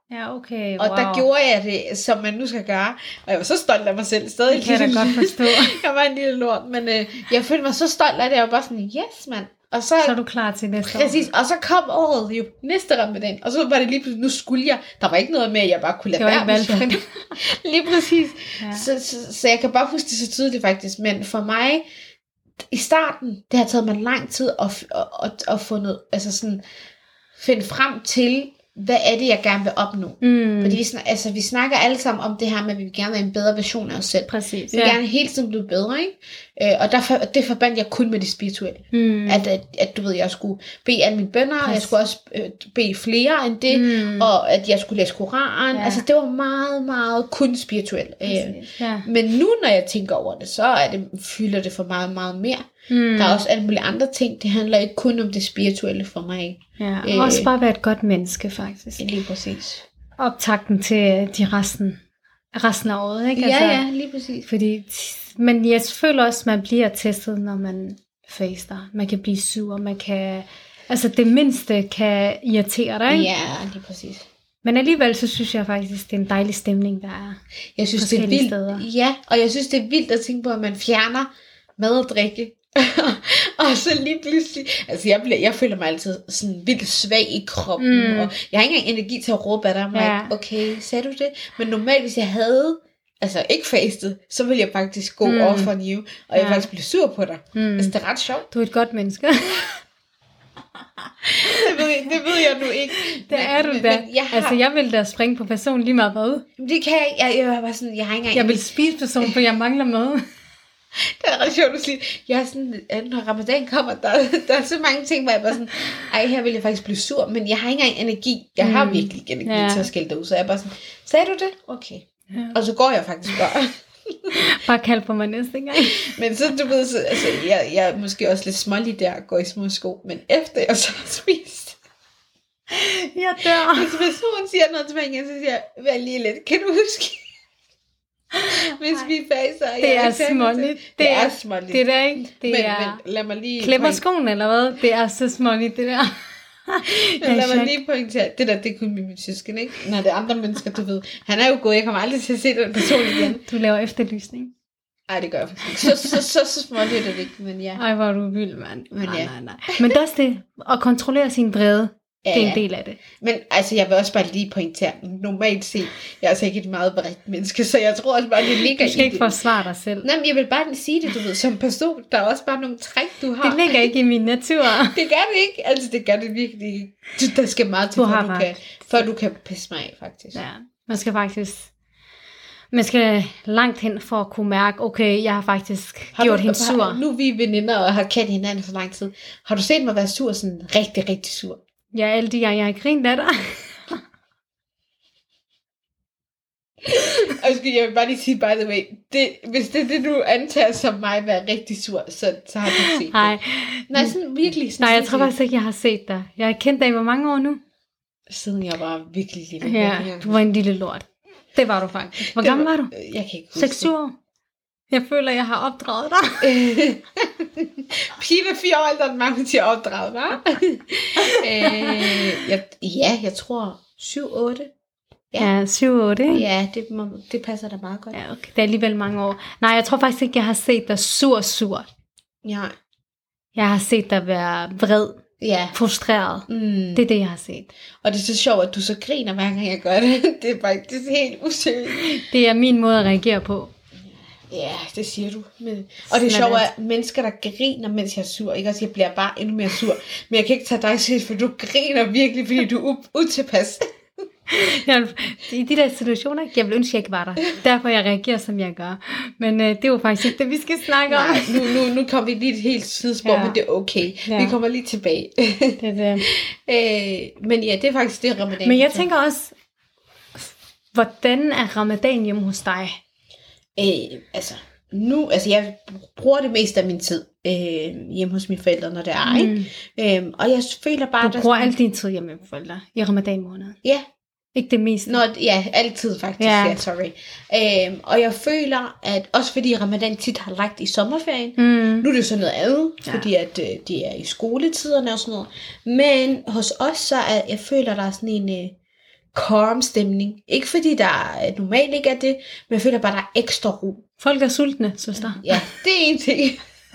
Ja, okay, Og wow. der gjorde jeg det, som man nu skal gøre. Og jeg var så stolt af mig selv stadig. Det kan jeg da godt forstå. Jeg var en lille lort, men øh, jeg følte mig så stolt af det. Jeg var bare sådan, yes mand. Og så, Så er du klar til næste år. præcis, og så kom året jo, næste ramadan. Og så var det lige pludselig, nu skulle jeg. Der var ikke noget med, at jeg bare kunne lade Det var være. ikke valgt. Lige præcis. Ja. Så, så, så jeg kan bare huske det så tydeligt faktisk. Men for mig, i starten, det har taget mig lang tid at, at, at, at få noget, altså sådan, finde frem til, hvad er det, jeg gerne vil opnå. Mm. Fordi vi, snak, altså, vi snakker alle sammen om det her med, at vi vil gerne være en bedre version af os selv. Præcis, Vi vil ja. gerne hele tiden blive bedre, ikke? Øh, og derfor, det forbandt jeg kun med det spirituelle. Mm. At, at, at du ved, jeg skulle bede alle mine bønner, og jeg Præcis. skulle også øh, bede flere end det, Mm. og at jeg skulle læse Koranen. Ja. Altså det var meget, meget kun spirituelt. Øh, Præcis, ja. men nu, når jeg tænker over det, så er det, fylder det for meget, meget mere. Mm. Der er også alle mulige andre ting. Det handler ikke kun om det spirituelle for mig. Ja, Øh. også bare være et godt menneske, faktisk. Lige præcis. Optakten til de resten, resten af året, ikke? Ja, ja, lige præcis. Fordi, men jeg føler også, at man bliver testet, når man faster. Man kan blive sur, man kan... Altså, det mindste kan irritere dig, ikke? Ja, lige præcis. Men alligevel, så synes jeg faktisk, det er en dejlig stemning, der er. Jeg synes, det er forskellige vildt. steder. Ja, og jeg synes, det er vildt at tænke på, at man fjerner mad og drikke. Og så lige pludselig, altså jeg, bliver, jeg føler mig altid sådan vildt svag i kroppen, Mm. og jeg har ikke engang energi til at råbe af dig, Ja. ja. Okay, sagde du det? Men normalt, hvis jeg havde, altså ikke fastet, så ville jeg faktisk gå Mm. mm. off on you, og jeg Ja. faktisk blive sur på dig. Mm. Altså det er ret sjovt. Du er et godt menneske. Det ved, jeg, det ved jeg nu ikke. Det er du men, da. Men jeg har, Altså, jeg vil da springe på personen lige meget hvad. det kan jeg ikke. Jeg, jeg, var bare sådan, jeg har ikke engang Jeg vil spise personen, for jeg mangler mad. Det er ret sjovt at sige. Jeg er sådan, at når ramadan kommer, der, der er så mange ting, hvor jeg bare sådan, ej, her vil jeg faktisk blive sur, men jeg har ikke engang energi. Jeg har Mm. virkelig ikke energi Ja. ja. til at skælde dig ud, så jeg er bare sådan, sagde du det? Okay. Ja. Og så går jeg faktisk bare. Bare kald på mig næste gang. Men så, du ved, så, altså, jeg, jeg er måske også lidt smålig der, går i små sko, men efter jeg så har spist, Jeg dør. hvis personen siger noget til mig igen, så siger jeg, vær lige lidt, kan du huske? Hvis vi faser. Det er småligt. Det er småligt. Det er der ikke. Det men, er... men lad mig lige... Klemmer point- skoen, eller hvad? Det er så småligt, det der. Men lad Jeg er mig lige pointere, det der, det er kun med min søsken, ikke? Når det er andre mennesker, du ved. Han er jo god, jeg kommer aldrig til at se den person igen. Du laver efterlysning. Nej, det gør jeg faktisk ikke. Så, så, så, så småligt er det ikke, men ja. Ej, hvor er du vild, mand. Men nej, ja. nej, nej. Men det er også det. At kontrollere sin vrede. Ja, Det er en ja. del af det. Men altså, jeg vil også bare lige pointere, normalt set, jeg er altså ikke et meget bredt menneske, så jeg tror også bare, det ligger Du skal i ikke det. forsvare dig selv. Nej, men jeg vil bare sige det, du ved, som person, der er også bare nogle træk, du har. Det ligger ikke i min natur. Det gør det ikke, altså det gør det virkelig ikke. Du- Der skal meget til, Du før har du, ret. kan, før du kan pisse mig af, faktisk. Ja, man skal faktisk... Man skal langt hen for at kunne mærke, okay, jeg har faktisk Har gjort du, hende sur. Har, nu er vi veninder og har kendt hinanden så lang tid. Har du set mig være sur, sådan rigtig, rigtig sur? Ja, alle de gange, jeg har grint af dig. Og jeg vil bare lige sige, by the way, det, hvis det er det, du antager som mig at være rigtig sur, så, så har du ikke set Nej, det. Nej, sådan virkelig. Sådan nej, jeg tror virkelig. faktisk ikke, jeg har set dig. Jeg har kendt dig i hvor mange år nu? Siden jeg var virkelig lille. Ja, du var en lille lort. Det var du faktisk. Hvor Det gammel var du? Jeg kan ikke huske seks syv år? Jeg føler, jeg har opdraget dig. Pigen er fire år ældre end mig, hun siger opdraget, hva'? øh, jeg, ja, jeg tror syv otte. Ja. Ja, syv otte, ikke? Ja, det, må, det passer da meget godt. Ja, okay. Det er alligevel mange år. Nej, jeg tror faktisk ikke, jeg har set dig sur-sur. Ja. Jeg har set dig være vred, Ja. frustreret. Mm. Det er det, jeg har set. Og det er så sjovt, at du så griner, hver gang jeg gør det. Det er faktisk helt useriøst. Det er min måde at reagere på. Ja, det siger du. Men... Og det er Sådan sjovt, er at mennesker, der griner, mens jeg er sur, ikke? Altså, jeg bliver bare endnu mere sur. Men jeg kan ikke tage dig til, for du griner virkelig, fordi du er u- utilpas. Jeg, I de der situationer, jeg vil ønske, at jeg ikke var der. Derfor jeg reagerer, som jeg gør. Men øh, det er jo faktisk ikke det, vi skal snakke om. Nej, nu, nu, nu kommer vi lige et helt sidespor, Ja. ja. men det er okay. Ja. Vi kommer lige tilbage. Det er det. øh, men ja, det er faktisk det, ramadan. Men jeg tænker også, hvordan er ramadan hjemme hos dig? Øh, altså, nu, altså jeg bruger det meste af min tid øh, hjemme hos mine forældre, når det er, ikke? Mm. Øh, og jeg føler bare, Du bruger al din tid hjemme med forældre i ramadan måneden. Ja, Ikke det meste. Nå, ja, altid faktisk, Ja. ja, ja sorry. Øhm, og jeg føler, at også fordi Ramadan tit har lagt i sommerferien, Mm. nu er det jo sådan noget andet, Ja. fordi at øh, det er i skoletiderne og sådan noget. Men hos os, så er, jeg føler, der er sådan en, øh, calm stemning. Ikke fordi der normalt ikke er det, men jeg føler bare, der er ekstra ro. Folk er sultne, søster. Ja, det er en ting.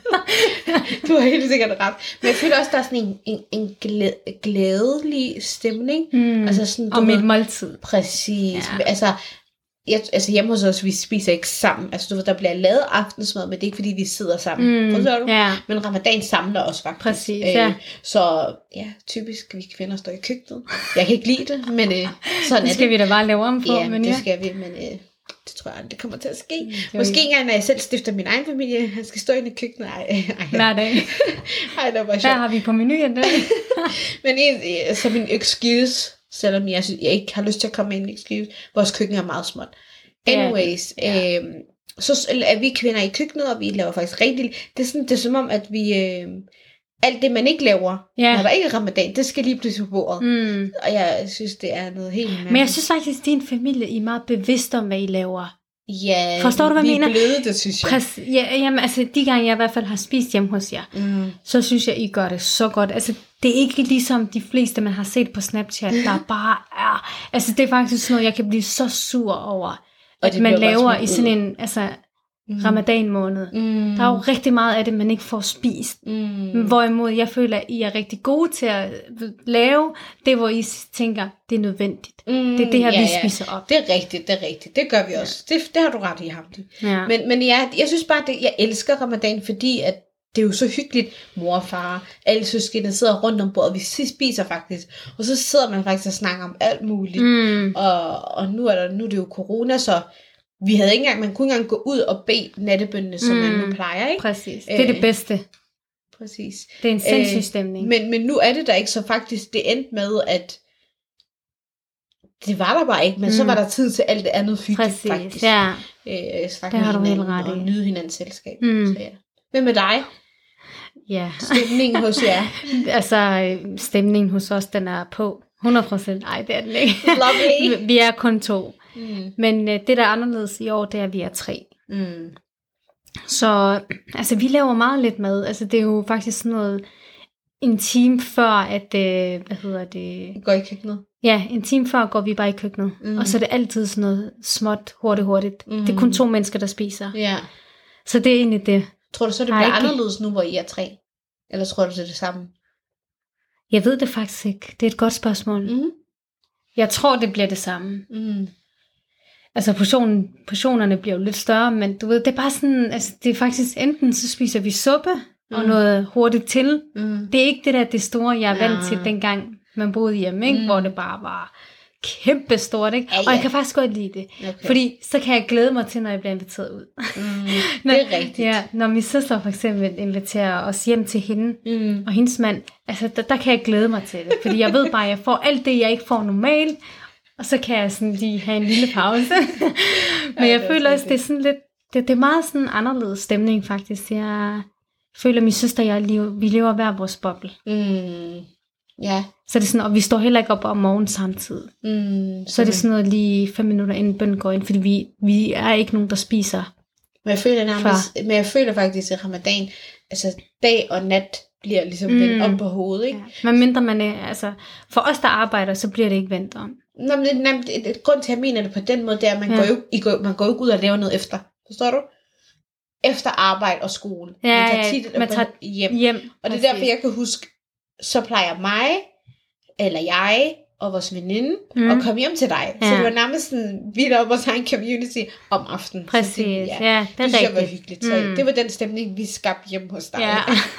Du har helt sikkert ret. Men jeg føler også, der er sådan en, en, en glæde, glædelig stemning. Mm. Altså sådan, Om et måltid. Præcis. Ja. Altså, jeg, altså hjemme hos os, vi spiser ikke sammen. Altså du ved, der bliver lavet aftensmad, men det er ikke fordi, vi sidder sammen. Mm. Forstår du? Ja. Men ramadan samler os faktisk. Præcis, ja. Så ja, typisk vi kvinder står i køkkenet. Jeg kan ikke lide det, men øh, sådan Det er skal det. vi da bare lave om på. Ja, men det ja. skal vi, men øh, det tror jeg, det kommer til at ske. Mm, Måske engang, når jeg selv stifter min egen familie, han skal stå inde i køkkenet. Ej, ej, Hver dag. ej, det var Hvad sjovt. har vi på menuen der? Men en, så min excuse, selvom jeg, synes, jeg ikke har lyst til at komme med en excuse, vores køkken er meget småt. Anyways, Ja. øhm, så er vi kvinder i køkkenet, og vi laver faktisk rigtig... Det er, sådan, det er som om, at vi... Øh, alt det, man ikke laver, Ja. når der ikke er ramadan, det skal lige pludselig på bordet. Mm. Og jeg synes, det er noget helt mærkeligt. Men jeg synes faktisk, at din familie I er meget bevidst om, hvad I laver. Ja, Forstår du, hvad vi jeg mener? er blevet det, synes jeg. Præcis. Ja, jamen, altså, de gange, jeg i hvert fald har spist hjemme hos jer, Mm. så synes jeg, I gør det så godt. Altså, det er ikke ligesom de fleste, man har set på Snapchat, der bare er... Altså, det er faktisk sådan noget, jeg kan blive så sur over, Og at det man bliver bare laver smidt i ud. sådan en altså, Mm. ramadan-måned. Mm. Der er jo rigtig meget af det, man ikke får spist. Mm. Hvorimod jeg føler, at I er rigtig gode til at lave det, hvor I tænker, det er nødvendigt. Mm. Det er det her, ja, vi ja. spiser op. Det er rigtigt, det er rigtigt. Det gør vi også. Det, det har du ret i, Hamdi. Ja. Men, men jeg, jeg synes bare, det, jeg elsker ramadan, fordi at det er jo så hyggeligt. Mor og far, alle søskende sidder rundt om bordet. Vi spiser faktisk. Og så sidder man faktisk og snakker om alt muligt. Mm. Og, og nu, er der, nu er det jo corona, så vi havde ikke engang, man kunne ikke engang gå ud og bede nattebønnene, som mm. man nu plejer, ikke? Præcis. Det er det Øh, bedste. Præcis. Det er en sindssyg stemning. Øh, men, men nu er det der ikke, så faktisk det endte med, at det var der bare ikke, men mm. så var der tid til alt det andet hygge, Præcis, faktisk. ja. Øh, snakke Det har med du helt hinanden ret i. og nyde hinandens selskab. Mm. Så, ja. Hvad med dig? Ja. Stemningen hos jer? Altså, øh, stemningen hos os, den er på hundrede procent. Nej, det er den ikke. Lovely. Vi er kun to. Mm. Men øh, det, der er anderledes i år, det er, at vi er tre. Mm. Så altså, vi laver meget lidt mad. Altså, det er jo faktisk sådan noget en time før, at, øh, hvad hedder det? Går i køkkenet? Ja, en time før går vi bare i køkkenet. Mm. Og så er det altid sådan noget småt, hurtigt, hurtigt. Mm. Det er kun to mennesker, der spiser. Ja. Så det er egentlig det. Tror du så, det Har bliver ikke- anderledes nu, hvor I er tre? Eller tror du, det er det samme? Jeg ved det faktisk ikke. Det er et godt spørgsmål. Mm. Jeg tror, det bliver det samme. Mm. Altså portionen, portionerne bliver jo lidt større, men du ved, det er bare sådan, altså det er faktisk enten så spiser vi suppe og Mm. noget hurtigt til. Mm. Det er ikke det der det store, jeg er Ja. vant til dengang man boede hjemme, ikke? Mm. Hvor det bare var kæmpe stort, ikke? Ja, Og jeg ja. kan faktisk godt lide det. Okay. Fordi så kan jeg glæde mig til, når jeg bliver inviteret ud. Mm. Når- Det er rigtigt. Ja, når min søster for eksempel inviterer os hjem til hende, Mm. og hendes mand, altså der, der kan jeg glæde mig til det. Fordi jeg ved bare, at jeg får alt det, jeg ikke får normalt, og så kan jeg sådan lige have en lille pause. Men Ja, jeg det er føler også, rigtigt. det er sådan lidt, det, det er meget sådan en anderledes stemning faktisk. Jeg føler, at min søster og jeg, lever, vi lever hver vores boble. Mm. Ja. Så det er sådan, og vi står heller ikke op om morgenen samtidig. Mm. Så er det sådan noget lige fem minutter inden bønnen går ind, fordi vi, vi er ikke nogen, der spiser. Men jeg føler nærmest, men jeg føler faktisk, at ramadan, altså dag og nat bliver ligesom Mm. vendt op på hovedet, ikke? Ja. Men mindre man er, altså, for os, der arbejder, så bliver det ikke vendt om. Nå, men det, det, det, det, grund til, at jeg mener det på den måde, det er, at man, Ja. går jo, I går, man går jo ikke ud og laver noget efter. Forstår du? Efter arbejde og skole. Ja, man tager ja, tit man tager hjem. Hjem. Og det er derfor, jeg kan huske, så plejer mig, eller jeg, og vores veninde, Mm. mm. at komme hjem til dig. Ja. Så Ja. det var nærmest sådan, vi er oppe og tager en community om aftenen. Så Præcis, det, ja, det er det synes jeg var rigtigt. hyggeligt. Så Mm. det var den stemning, vi skabte hjemme hos dig. Ja,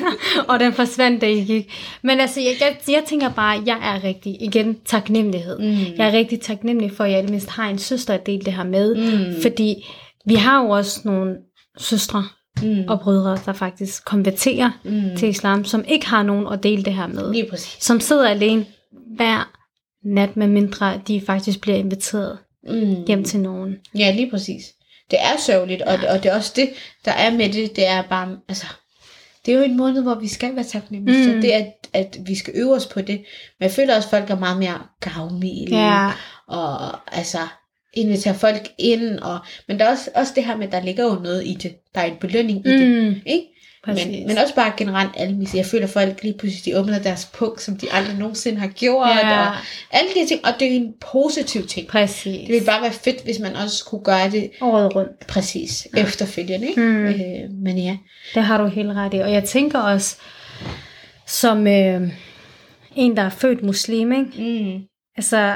og den forsvandt, da I gik. Men altså, jeg, jeg, jeg tænker bare, at jeg er rigtig, igen, taknemmelighed. Mm. Jeg er rigtig taknemmelig for, at jeg i det mindste har en søster at dele det her med. Mm. Fordi vi har jo også nogle søstre Mm. og brødre, der faktisk konverterer Mm. til islam, som ikke har nogen at dele det her med. Lige præcis. Som sidder alene hver nat, med mindre de faktisk bliver inviteret Mm. hjem til nogen. Ja, lige præcis. Det er sørgeligt, og, og det er også det, der er med det, det er bare, altså, det er jo en måned, hvor vi skal være taknemmelige, Mm. så det er, at, at vi skal øve os på det. Men jeg føler også, at folk er meget mere gavmilde, Ja. og altså, invitere folk ind, og, men der er også, også det her med, at der ligger jo noget i det. Der er en belønning i det, Mm. ikke? Men, men også bare generelt almis. Jeg føler, at folk lige pludselig de åbner deres punkt, som de aldrig nogensinde har gjort. Ja. Og alle de ting. Og det er en positiv ting. Præcis. Det ville bare være fedt, hvis man også kunne gøre det året rundt. Præcis. Ja. Efterfølgende. Ikke? Mm. Øh, men ja. Det har du helt ret i. Og jeg tænker også, som øh, en, der er født muslim, ikke? Mm. Altså,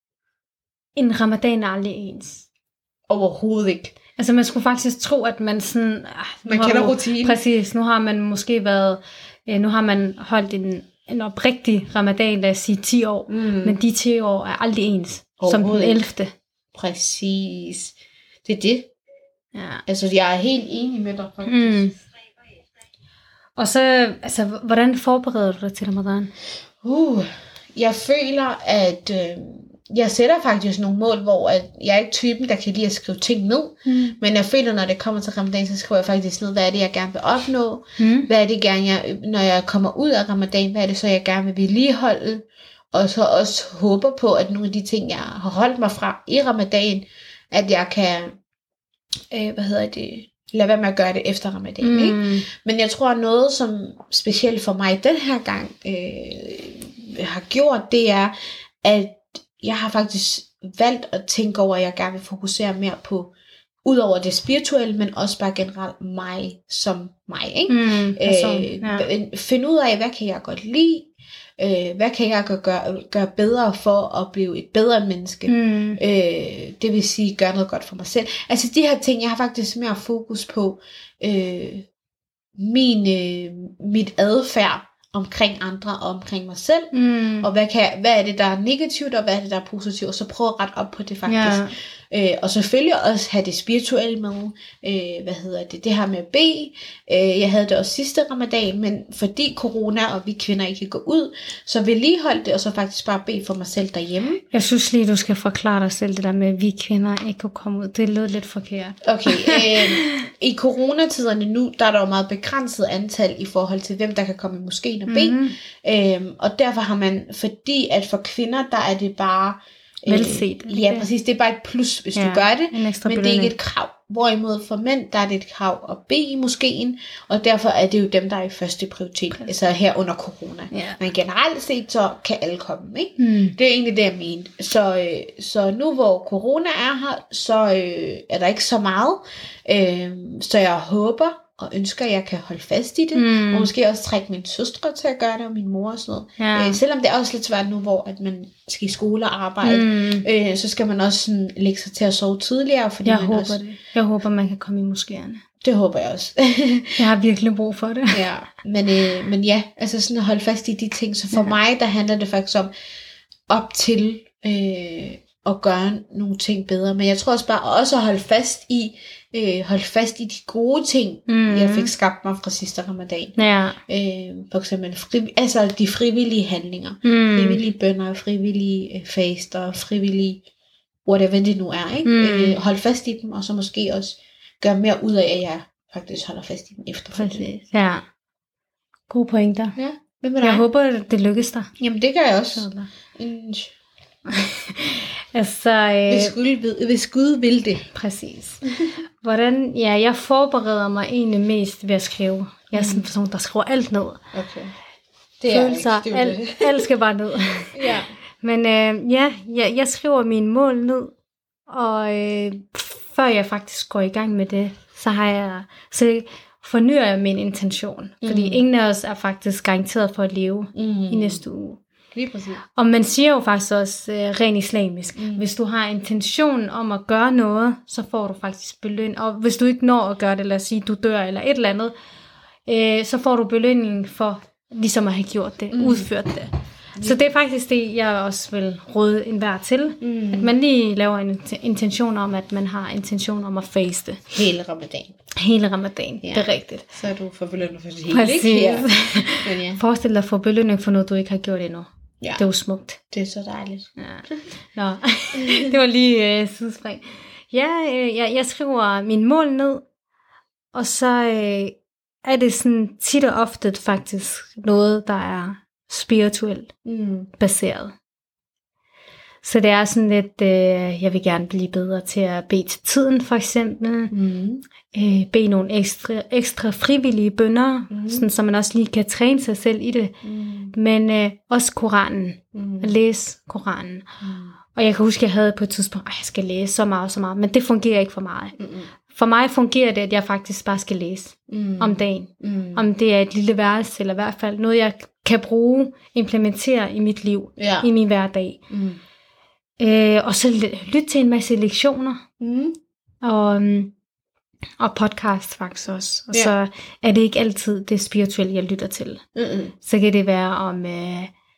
en ramadan er aldrig ens. Overhovedet ikke. Altså man skulle faktisk tro, at man sådan... Man kender rutinen. Præcis, nu har man måske været... Øh, nu har man holdt en, en oprigtig ramadan, lad os sige ti år. Mm. Men de ti år er aldrig ens, som den ellevte. Præcis. Det er det. Ja. Altså jeg er helt enig med dig faktisk. Mm. Og så, altså, hvordan forbereder du dig til ramadan? Uh, jeg føler, at... Øh, Jeg sætter faktisk nogle mål, hvor at jeg er ikke typen, der kan lide at skrive ting ned. Mm. Men jeg føler, når det kommer til ramadan, så skriver jeg faktisk ned, hvad er det, jeg gerne vil opnå. Mm. Hvad er det gerne, jeg, når jeg kommer ud af ramadan, hvad er det så, jeg gerne vil vedligeholde. Og så også håber på, at nogle af de ting, jeg har holdt mig fra i ramadan, at jeg kan, øh, hvad hedder det, lade være med at gøre det efter ramadan. Mm. Ikke? Men jeg tror, noget, som specielt for mig den her gang øh, har gjort, det er, at jeg har faktisk valgt at tænke over, at jeg gerne vil fokusere mere på, udover det spirituelle, men også bare generelt mig som mig. Ikke? Mm, person, øh, ja. Finde ud af, hvad kan jeg godt lide, øh, hvad kan jeg gøre, gøre bedre for at blive et bedre menneske. Mm. Øh, det vil sige, gøre noget godt for mig selv. Altså de her ting, jeg har faktisk mere fokus på øh, min, øh, mit adfærd, omkring andre og omkring mig selv, mm. og hvad, kan, hvad er det, der er negativt, og hvad er det, der er positivt, og så prøve at rette op på det faktisk. Ja. Øh, og selvfølgelig også have det spirituelle med, øh, hvad hedder det, det her med at bede. Øh, jeg havde det også sidste ramadan, men fordi corona, og vi kvinder ikke kan gå ud, så vedligeholde det, og så faktisk bare bede for mig selv derhjemme. Jeg synes lige, du skal forklare dig selv det der med, at vi kvinder ikke kan komme ud. Det lød lidt forkert. Okay, øh, i coronatiderne nu, der er der jo meget begrænset antal i forhold til, hvem der kan komme i moskeen og bede. Mm-hmm. Øhm, og derfor har man, fordi at for kvinder, der er det bare velset. Øh, ja, præcis, det er bare et plus, hvis ja, du gør det, men belønning. Det er ikke et krav. Hvorimod for mænd, der er det et krav at bede i moskeen, og derfor er det jo dem, der er i første prioritet, okay. Altså her under corona. Ja. Men generelt set, så kan alle komme, ikke? Mm. Det er egentlig det, jeg mente. Så, øh, så nu hvor corona er her, så øh, er der ikke så meget, øh, så jeg håber, og ønsker, at jeg kan holde fast i det, mm. og måske også trække mine søstre til at gøre det, og min mor og sådan noget. Ja. Øh, selvom det er også lidt svært nu, hvor at man skal i skole og arbejde, mm. øh, så skal man også sådan, lægge sig til at sove tidligere. Fordi jeg man håber også... det. Jeg håber, man kan komme i moskéerne. Det håber jeg også. Jeg har virkelig brug for det. Ja, men, øh, men ja, altså sådan at holde fast i de ting. Så for ja. mig, der handler det faktisk om op til øh, at gøre nogle ting bedre. Men jeg tror også bare også at holde fast i, øh, holde fast i de gode ting, mm. jeg fik skabt mig fra sidste ramadan. Ja. Øh, for eksempel fri, altså de frivillige handlinger. Mm. Frivillige bønner, frivillige øh, faster, frivillige whatever det nu er. Ikke? Mm. Øh, hold fast i dem, og så måske også gøre mere ud af, at jeg faktisk holder fast i dem efterfølgende. Ja. Gode pointer. Ja. Jeg håber, det lykkes dig. Jamen det gør jeg også. Mm. altså, øh, hvis, Gud, hvis Gud vil det. Præcis. Hvordan, ja, jeg forbereder mig egentlig mest ved at skrive. Jeg er sådan en person, der skriver alt ned. Okay. Det er Følelser, ikke. Det er alt, det. Alt skal bare ned. Ja. Men øh, ja, jeg, jeg skriver mine mål ned, og øh, før jeg faktisk går i gang med det, så har jeg, så fornyer jeg min intention. Mm. Fordi ingen af os er faktisk garanteret for at leve mm. i næste uge. Lige præcis. Og man siger jo faktisk også øh, rent islamisk, mm. hvis du har intention om at gøre noget, så får du faktisk belønning. Og hvis du ikke når at gøre det, lad os sige, du dør eller et eller andet, øh, så får du belønning for ligesom at have gjort det, mm. udført det. Så det er faktisk det, jeg også vil råde enhver til. Mm. At man lige laver en intention om, at man har intention om at faste. Hele ramadan. Hele ramadan, ja. Det er rigtigt. Så er du for belønning for det hele, Præcis. Ikke? Ja. Men ja. Forestil dig at få belønning for noget, du ikke har gjort endnu. Ja. Det er jo smukt. Det er så dejligt. Ja. Nå, det var lige øh, sidespring. Ja, øh, jeg, jeg skriver mine mål ned, og så øh, er det sådan tit og ofte faktisk noget, der er spirituelt mm. baseret. Så det er sådan lidt, øh, jeg vil gerne blive bedre til at bede til tiden, for eksempel. Mm. Øh, bede nogle ekstra, ekstra frivillige bønner, mm. sådan, så man også lige kan træne sig selv i det. Mm. Men øh, også Koranen. Mm. At læse Koranen. Mm. Og jeg kan huske, at jeg havde på et tidspunkt, at jeg skal læse så meget, så meget. Men det fungerer ikke for mig. Mm. For mig fungerer det, at jeg faktisk bare skal læse mm. om dagen. Mm. Om det er et lille værelse, eller i hvert fald noget, jeg kan bruge, implementere i mit liv, ja. I min hverdag. Mm. Øh, og så lytte til en masse lektioner. Mm. Og, og podcast faktisk også. Og ja. Så er det ikke altid det spirituelle, jeg lytter til. Mm-mm. Så kan det være om øh,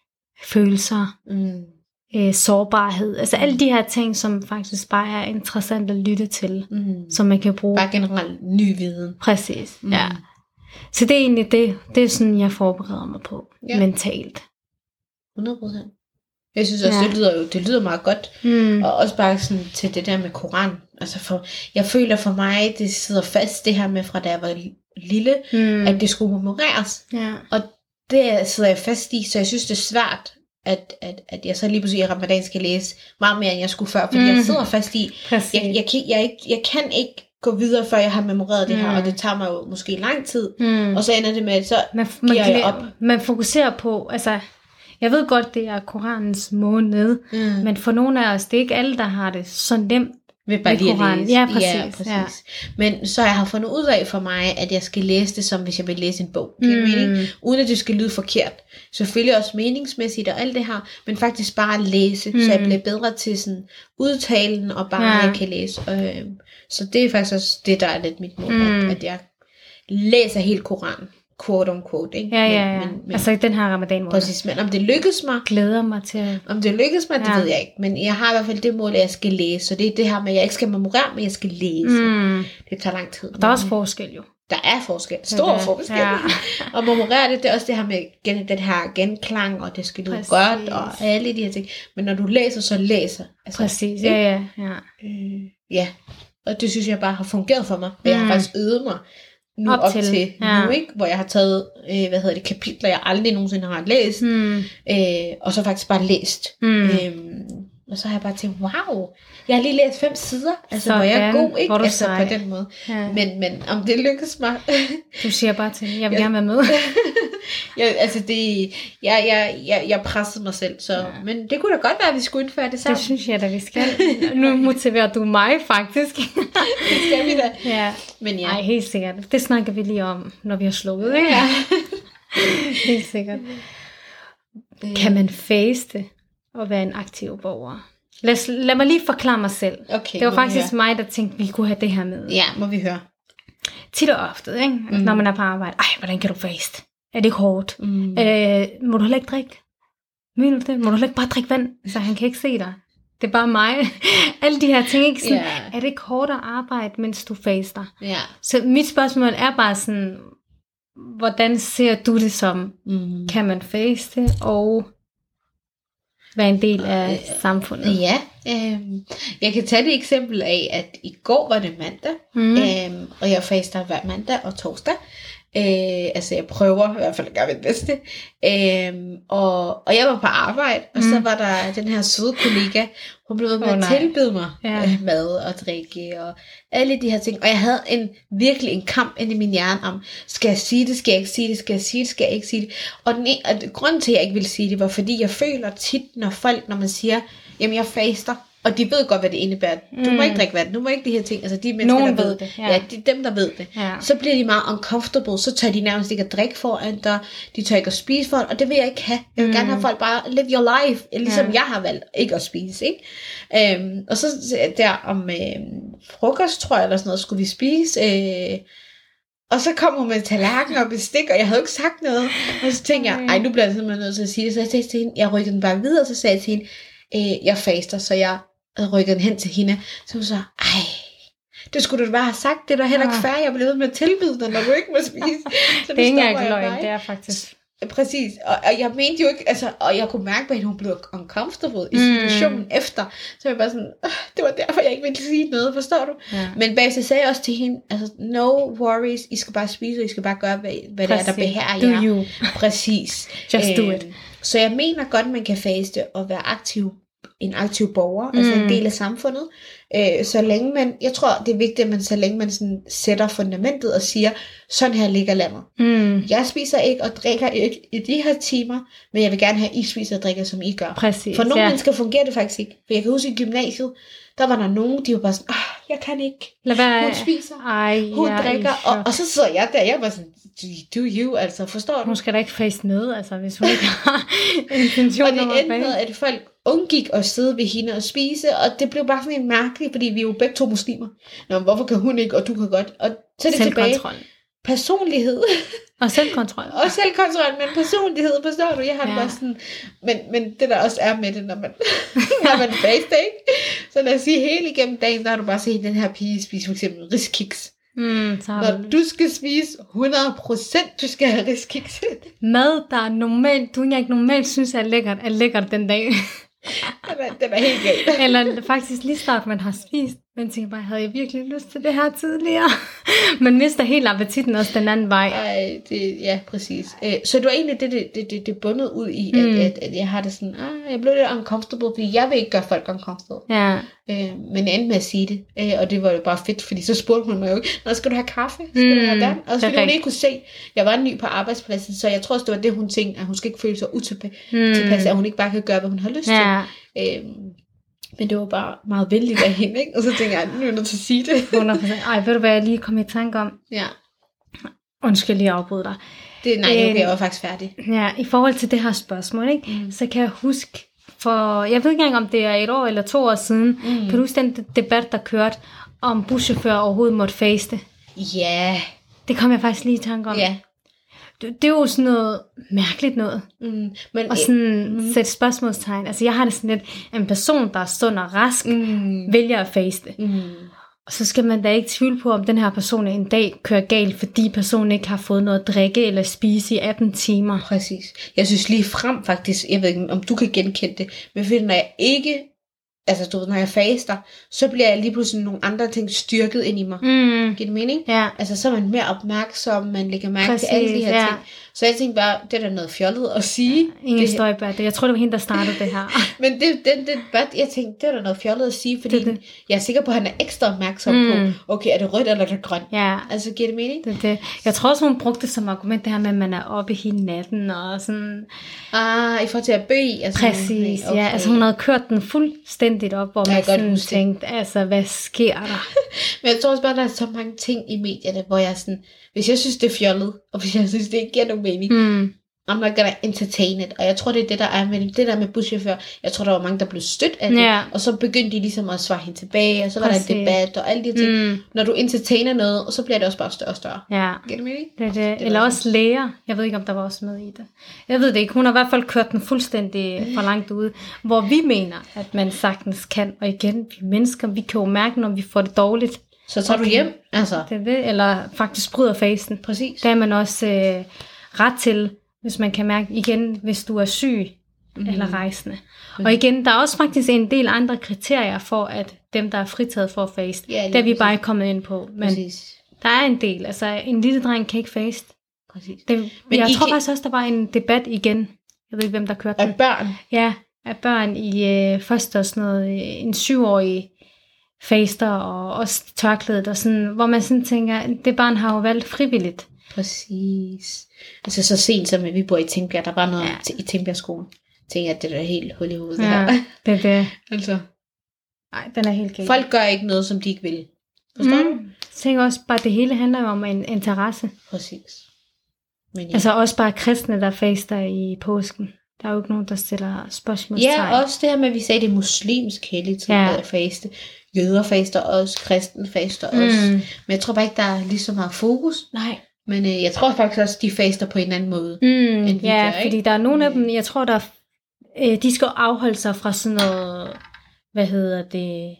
følelser, mm. øh, sårbarhed. Altså alle de her ting, som faktisk bare er interessant at lytte til. Mm. Som man kan bruge. Bare generelt ny viden. Præcis, mm. ja. Så det er egentlig det, det er sådan, jeg forbereder mig på. Ja. Mentalt. hundrede procent. Jeg synes også, ja. det, lyder jo, det lyder meget godt. Mm. Og også bare sådan til det der med Koran. Altså for, jeg føler for mig, det sidder fast det her med fra da jeg var lille, mm. at det skulle memoreres. Ja. Og det sidder jeg fast i, så jeg synes det er svært, at, at, at jeg så lige pludselig i ramadan skal læse meget mere, end jeg skulle før. Fordi mm. jeg sidder fast i, jeg, jeg, kan, jeg, ikke, jeg kan ikke gå videre, før jeg har memoreret det her, mm. og det tager mig jo måske lang tid. Mm. Og så ender det med, så man, giver man, jeg op. Man fokuserer på, altså... Jeg ved godt, det er Koranens måned, mm. men for nogle af os, det er ikke alle, der har det så nemt ved bare lige at læse. Ja, præcis. Ja, præcis. Ja. Men så jeg har fundet ud af for mig, at jeg skal læse det, som hvis jeg vil læse en bog. Det er mm. mening, uden at det skal lyde forkert. Selvfølgelig også meningsmæssigt og alt det her, men faktisk bare læse, mm. så jeg bliver bedre til sådan udtalen, og bare ja. Jeg kan læse. Øh, så det er faktisk også det, der er lidt mit mål, mm. at, at jeg læser helt Koran. Quote on quote, ikke? Ja, ja, ja. Men, men, altså i den her ramadan-måned. Præcis, men om det lykkes mig... Glæder mig til at... Om det lykkes mig, ja. Det ved jeg ikke. Men jeg har i hvert fald det mål, at jeg skal læse. Så det er det her med, at jeg ikke skal memorere, men jeg skal læse. Mm. Det tager lang tid. Og der er også forskel jo. Der er forskel. Stor ja, forskel. Ja. Og memorere det, det er også det her med gen, den her genklang, og det skal lyde godt, og alle de her ting. Men når du læser, så læser. Altså, præcis, ja, ja. Ja. Øh, ja. Og det synes jeg bare har fungeret for mig. Og jeg har faktisk øvet mig. Nu op, op til, til ja. Nu, ikke? Hvor jeg har taget øh, hvad hedder det, kapitler, jeg aldrig nogensinde har læst, mm. øh, og så faktisk bare læst. Mm. Øhm, og så har jeg bare tænkt, wow, jeg har lige læst fem sider, altså hvor jeg er god, ikke? Altså sej. På den måde. Ja. Men, men om det lykkes mig... Du siger bare til, jeg vil jeg, gerne være med. jeg, altså det, jeg, jeg, jeg, jeg pressede mig selv, så, ja. Men det kunne da godt være, at vi skulle indføre det sammen. Det synes jeg da, vi skal. Nu motiverer du mig faktisk. Det skal vi da. Ja. Men ja. Ej, helt sikkert. Det snakker vi lige om, når vi har slået, ikke? Ja. Helt sikkert. Kan man faste og være en aktiv borger? Lad, lad mig lige forklare mig selv. Okay, det var faktisk mig, der tænkte, vi kunne have det her med. Ja, må vi høre. Tit og ofte, ikke? Mm. Når man er på arbejde. Ej, hvordan kan du faste? Er det ikke hårdt? Mm. Øh, må du heller ikke drikke? Mener du det? Må du heller ikke bare drikke vand? Så han kan ikke se dig. Det er bare mig. Alle de her ting, ikke? Sådan, yeah. Er det ikke hårdt at arbejde, mens du faster? Yeah. Så mit spørgsmål er bare sådan, hvordan ser du det som? Mm. Kan man faste og være en del af øh, samfundet? Ja, øh, jeg kan tage det eksempel af, at i går var det mandag, mm. øh, og jeg faster hver mandag og torsdag. Øh, altså jeg prøver i hvert fald at gøre mit bedste. Øh, og, og jeg var på arbejde, og mm. så var der den her søde kollega, hun blev ved med oh, at tilbyde mig ja. øh, mad og drikke og alle de her ting. Og jeg havde en virkelig en kamp inde i min hjerne om, skal jeg sige det, skal jeg ikke sige det, skal jeg sige det, skal jeg ikke sige det. Og, den, og grunden til, at jeg ikke ville sige det, var fordi jeg føler tit, når folk, når man siger, jamen jeg faster, og de ved godt, hvad det indebærer. Du må mm. ikke drikke vand, du må ikke de her ting. Altså de mennesker, nogen der ved ved det. Ja, ja de, dem, der ved det. Ja. Så bliver de meget uncomfortable, så tør de nærmest ikke at drikke foran dig, de tør ikke at spise foran, og det vil jeg ikke have. Jeg vil mm. gerne have folk bare live your life, ligesom ja. Jeg har valgt ikke at spise. Ikke? Øhm, og så der om øh, frokost, tror jeg, eller sådan noget, skulle vi spise... Øh, og så kom hun med tallerken og bestik, og jeg havde ikke sagt noget. Og så tænkte jeg, ej, nu bliver jeg simpelthen nødt til at sige det. Så jeg sagde til hende, jeg rykkede den bare videre, og så sagde jeg til hende, øh, jeg faster, så jeg rykkede den hen til hende. Så hun så, ej, det skulle du bare have sagt, det er da heller ikke fair, jeg blev ved med at tilbyde dig, når du ikke må spise. Så det er ikke engang løgn, det er faktisk... Præcis, og, og jeg mente jo ikke, altså, og jeg kunne mærke, at hun blev uncomfortable i situationen mm. efter, så jeg bare sådan, det var derfor, jeg ikke ville sige noget, forstår du? Ja. Men bagefter sagde jeg også til hende, altså, no worries, I skal bare spise, og I skal bare gøre, hvad, hvad det er, der behager jer. You. Præcis. Just do it. Så jeg mener godt, man kan faste og være aktiv en aktiv borger, mm. altså en del af samfundet. Øh, så længe man, jeg tror, det er vigtigt, at man så længe man sådan sætter fundamentet og siger, sådan her ligger landet. Mm. Jeg spiser ikke og drikker ikke i de her timer, men jeg vil gerne have, at I spiser og drikker, som I gør. Præcis, For nogle ja. mennesker fungerer det faktisk ikke. For jeg kan huske i gymnasiet, der var der nogen, de var bare sådan, ah, jeg kan ikke. Lad være. Hun spiser, Ej, hun ja, drikker, og, og så sidder jeg der, jeg var sådan, do you, altså, forstår du? Hun skal da ikke face med, altså, hvis hun ikke har intention. Og det endte med, at folk undgik at sidde ved hende og spise, og det blev bare sådan en mærkelig, fordi vi er jo begge to muslimer. Nå, hvorfor kan hun ikke, og du kan godt? Og så er det tilbage. Personlighed. Og selvkontrol. og selvkontrol, men personlighed, forstår du? Jeg har ja. det bare sådan, men, men det der også er med det, når man, når man faster, ikke? Så lad os sige, hele igennem dagen, der har du bare set den her pige spise for eksempel riskiks. Mm, så når du skal spise hundrede procent, du skal have riskiks. Mad, der er normalt, du ikke normalt synes er lækkert, er lækkert den dag. den, er, den er helt galt. Eller faktisk lige snart man har spist, men tænker bare, havde jeg virkelig lyst til det her tidligere? Man mister helt appetitten også den anden vej. Ej, det, ja, præcis. Øh, så det var egentlig det, det, det, det, det bundet ud i, at, mm. at, at jeg har det sådan, ah, jeg blev lidt uncomfortable, fordi jeg vil ikke gøre folk uncomfortable. Ja. Øh, men jeg endte med at sige det, øh, og det var jo bare fedt, fordi så spurgte hun mig jo ikke, nå, skal du have kaffe? Skal mm. du have vand? Og så fordi hun ikke kunne se, jeg var ny på arbejdspladsen, så jeg tror også, det var det, hun tænkte, at hun skal ikke føle sig utilpas, mm. at hun ikke bare kan gøre, hvad hun har lyst ja. til. Øh, Men det var bare meget venligt af hende, ikke? Og så tænkte jeg, nu er jeg nødt til at sige det. hundrede procent. Ej, ved du hvad jeg lige kom i tanke om? Ja. Undskyld lige at afbryde dig. Det, nej, okay, jeg var faktisk færdig. Ja, i forhold til det her spørgsmål, ikke? Mm. Så kan jeg huske, for jeg ved ikke engang, om det er et år eller to år siden, mm. kan du huske den debat, der kørte, om buschauffører overhovedet måtte faste? Ja. Yeah. Det kom jeg faktisk lige i tanke om. Ja. Yeah. Det, det er jo sådan noget mærkeligt noget. Mm, men, og sådan mm. sætte spørgsmålstegn. Altså jeg har det sådan lidt, en person, der er sund og rask, mm. vælger at faste. Mm. Og så skal man da ikke tvivle på, om den her person en dag kører galt, fordi personen ikke har fået noget at drikke eller spise i atten timer. Præcis. Jeg synes lige frem faktisk, jeg ved ikke, om du kan genkende det, men fordi når jeg ikke, altså du ved, når jeg faster, så bliver jeg lige pludselig nogle andre ting styrket ind i mig. Mm. Giver det mening? Ja. Altså så er man mere opmærksom, man lægger mærke Præcis, til alle de her ja. ting. Så jeg tænkte bare, det er da noget fjollet at sige. Ja, ingen Støjberg. Jeg tror, det var hende, der startede det her. Men det, den debat, jeg tænkte, det er da noget fjollet at sige, fordi det, det. jeg er sikker på, at han er ekstra opmærksom mm. på, okay, er det rødt eller er det grønt? Ja. Altså, giver det mening? Det, det. Jeg tror også, hun brugte det som argument, det her med, at man er oppe hele natten og sådan. Ah, i forhold til at bede. Altså, præcis, okay. Ja. Altså hun havde kørt den fuldstændigt op, hvor man sådan tænkte, altså, hvad sker der? Men jeg tror også bare, der er så mange ting i medierne, hvor jeg sådan, hvis jeg synes, det er fjollet, og hvis jeg synes, det ikke giver nogen mening, mm. I'm not gonna entertain it. Og jeg tror, det er det, der er med det der med buschauffør. Jeg tror, der var mange, der blev stødt af det. Yeah. Og så begyndte de ligesom at svare hende tilbage, og så var Præcis. der en debat, og alle de ting. Mm. Når du entertainer noget, og så bliver det også bare større og større. Ja. Giver det mening? Det, det. det Eller også sådan. Læger. Jeg ved ikke, om der var også med i det. Jeg ved det ikke. Hun har i hvert fald kørt den fuldstændig for langt ude. Hvor vi mener, at man sagtens kan. Og igen, vi mennesker, vi kan jo mærke, når vi får det dårligt. Så tager okay. du hjem. Altså. Det er det. Eller faktisk bryder fasten. Præcis. Der er man også øh, ret til, hvis man kan mærke igen, hvis du er syg mm. eller rejsende. Mm. Og igen, der er også faktisk en del andre kriterier for, at dem, der er fritaget for at faste, ja, det er vi bare ikke kommet ind på. Men præcis. Der er en del. Altså, en lille dreng kan ikke faste. Præcis. Det, Men jeg I tror kan... faktisk også, der var en debat igen. Jeg ved ikke, hvem der kørte den. Af børn? Ja, af børn i øh, først og sådan noget, en syvårig faster og også tørklædet, og sådan, hvor man sådan tænker, det barn har jo valgt frivilligt. Præcis. Altså så sent som vi bor i Tingbjerg, der var noget ja. i Tingbjergskolen. Tænker jeg, at det er helt hul i hovedet. Ja, her. det er det. Altså. Nej, den er helt galt. Folk gør ikke noget, som de ikke vil. Forstår mm. du? Jeg tænker også bare, at det hele handler jo om en interesse. Præcis. Men ja. Altså også bare kristne, der faster i påsken. Der er jo ikke nogen, der stiller spørgsmålstegn. Ja, også det her med, at vi sagde, det er muslimsk helligt til ja. at faste. Jøder faster også, kristen faster også. Mm. Men jeg tror bare ikke, der er lige så meget fokus. Nej. Men øh, jeg tror faktisk også, de faster på en anden måde. Mm, end vi ja, gør, fordi der er nogle af dem, jeg tror, der øh, de skal afholde sig fra sådan noget, hvad hedder det,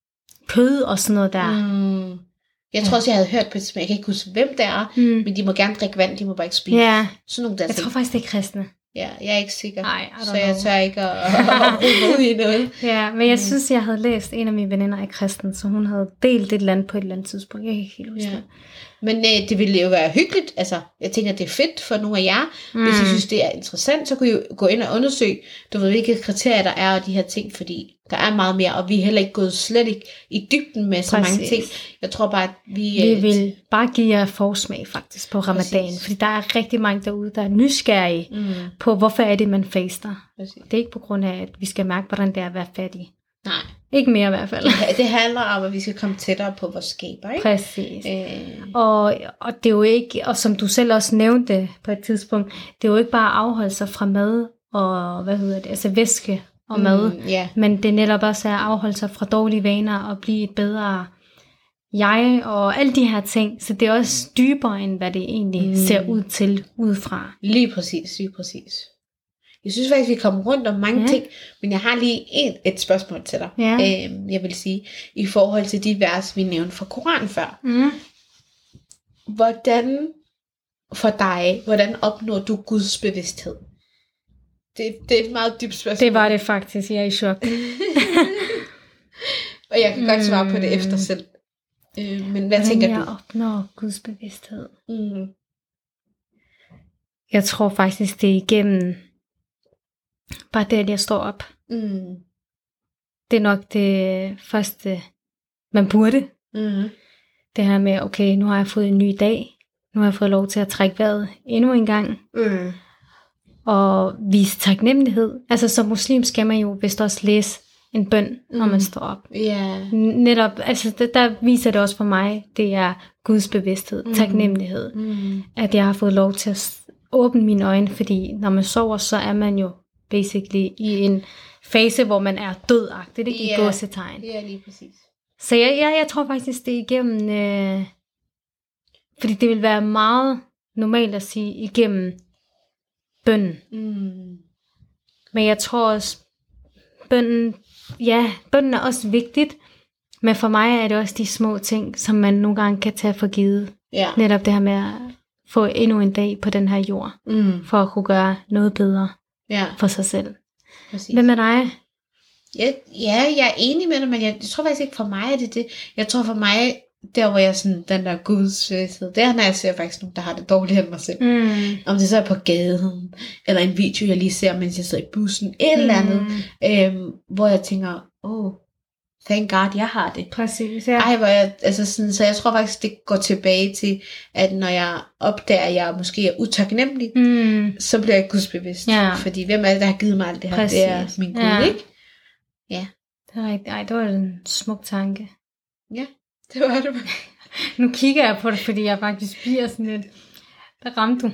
kød og sådan noget der. Mm. Jeg tror også, jeg havde hørt på det, men jeg kan ikke huske, hvem det er, mm. men de må gerne drikke vand, de må bare ikke spise. Ja, sådan nogle der jeg ting. tror faktisk, det er kristne. Ja, jeg er ikke sikker, Nej, så jeg tør ikke at, at bruge ud i noget. Ja, men jeg synes, jeg havde læst, en af mine veninder er kristen, så hun havde delt et eller andet på et eller andet tidspunkt. Jeg kan ikke helt huske Ja. det. Men øh, det ville jo være hyggeligt. Altså, jeg tænker, det er fedt for nogle af jer. Mm. Hvis I synes, det er interessant, så kunne I jo gå ind og undersøge, du ved, hvilke kriterier der er, og de her ting, fordi der er meget mere, og vi er heller ikke gået slet ikke i dybden med så Præcis. mange ting. Jeg tror bare, at vi... Vi øh, vil bare give jer forsmag faktisk på ramadan, Præcis. fordi der er rigtig mange derude, der er nysgerrige Mm, på, hvorfor er det, man faster. præcis. Det er ikke på grund af, at vi skal mærke, hvordan det er at være fattig. Nej, Ikke mere i hvert fald. det handler om, at vi skal komme tættere på vores skaber, ikke? Præcis. Øh, Og, og det er jo ikke, og som du selv også nævnte på et tidspunkt, det er jo ikke bare at afholde sig fra mad og, hvad hedder det, altså væske og mad, mm, ja, men det er netop også at afholde sig fra dårlige vaner og blive et bedre jeg og alle de her ting. Så det er også dybere, end hvad det egentlig Mm. ser ud til udefra. lige præcis, lige præcis. Jeg synes faktisk, vi kommer rundt om mange Ja. ja. ting, men jeg har lige et, et spørgsmål til dig. Ja. Øhm, jeg vil sige, i forhold til de vers, vi nævnte fra Koranen før. Mm. Hvordan for dig, hvordan opnår du Guds bevidsthed? Det, det er et meget dybt spørgsmål. Det var det faktisk, jeg er i chok. Og jeg kan mm. godt svare på det Mm. efter selv. Øh, men hvad Hvordan tænker jeg du? opnår Guds bevidsthed? Mm. Jeg tror faktisk, det er igennem bare det, at jeg står op. Mm. Det er nok det første, man burde. Mm. Det her med, okay, nu har jeg fået en ny dag. Nu har jeg fået lov til at trække vejret endnu en gang. Mm. Og vise taknemmelighed. Altså som muslim skal man jo vist også læse en bøn, når man Mm. står op. Ja. Netop, altså der, der viser det også for mig, det er Guds bevidsthed, Mm. taknemmelighed. Mm. At jeg har fået lov til at s- åbne mine øjne, fordi når man sover, så er man jo basically i en fase, hvor man er dødagtig, ikke i Ja. gåsetegn. Ja, lige præcis. Så jeg, jeg, jeg tror faktisk, det er igennem, øh, fordi det vil være meget normalt at sige igennem bønnen. Mm. Men jeg tror også, bønnen, ja, bønnen er også vigtigt, men for mig er det også de små ting, som man nogle gange kan tage for givet. Ja. Netop det her med at få endnu en dag på den her jord, Mm. for at kunne gøre noget bedre Ja, for sig selv. præcis. Hvad med dig? Ja, ja, jeg er enig med dig, men jeg, jeg tror faktisk ikke for mig, er det det. Jeg tror for mig, der hvor jeg sådan, den der gudsbevidsthed, det er, når jeg ser faktisk nogen, der har det dårligere end mig selv. Mm. Om det så er på gaden, eller en video, jeg lige ser, mens jeg sidder i bussen, et eller andet, øhm, hvor jeg tænker, åh, oh, thank God, jeg har det. Præcis, ja. Ej, hvor jeg, altså sådan, så jeg tror faktisk, det går tilbage til, at når jeg opdager, at jeg måske er utaknemmelig, Mm. så bliver jeg gudsbevidst. Ja. fordi hvem er det, der har givet mig alt det her? Præcis. Det er min Gud, Ja. ikke? Det er rigtigt. Ej, det var en smuk tanke. Ja, det var det. Nu kigger jeg på det, fordi jeg faktisk bliver sådan lidt... Hvad ramte du?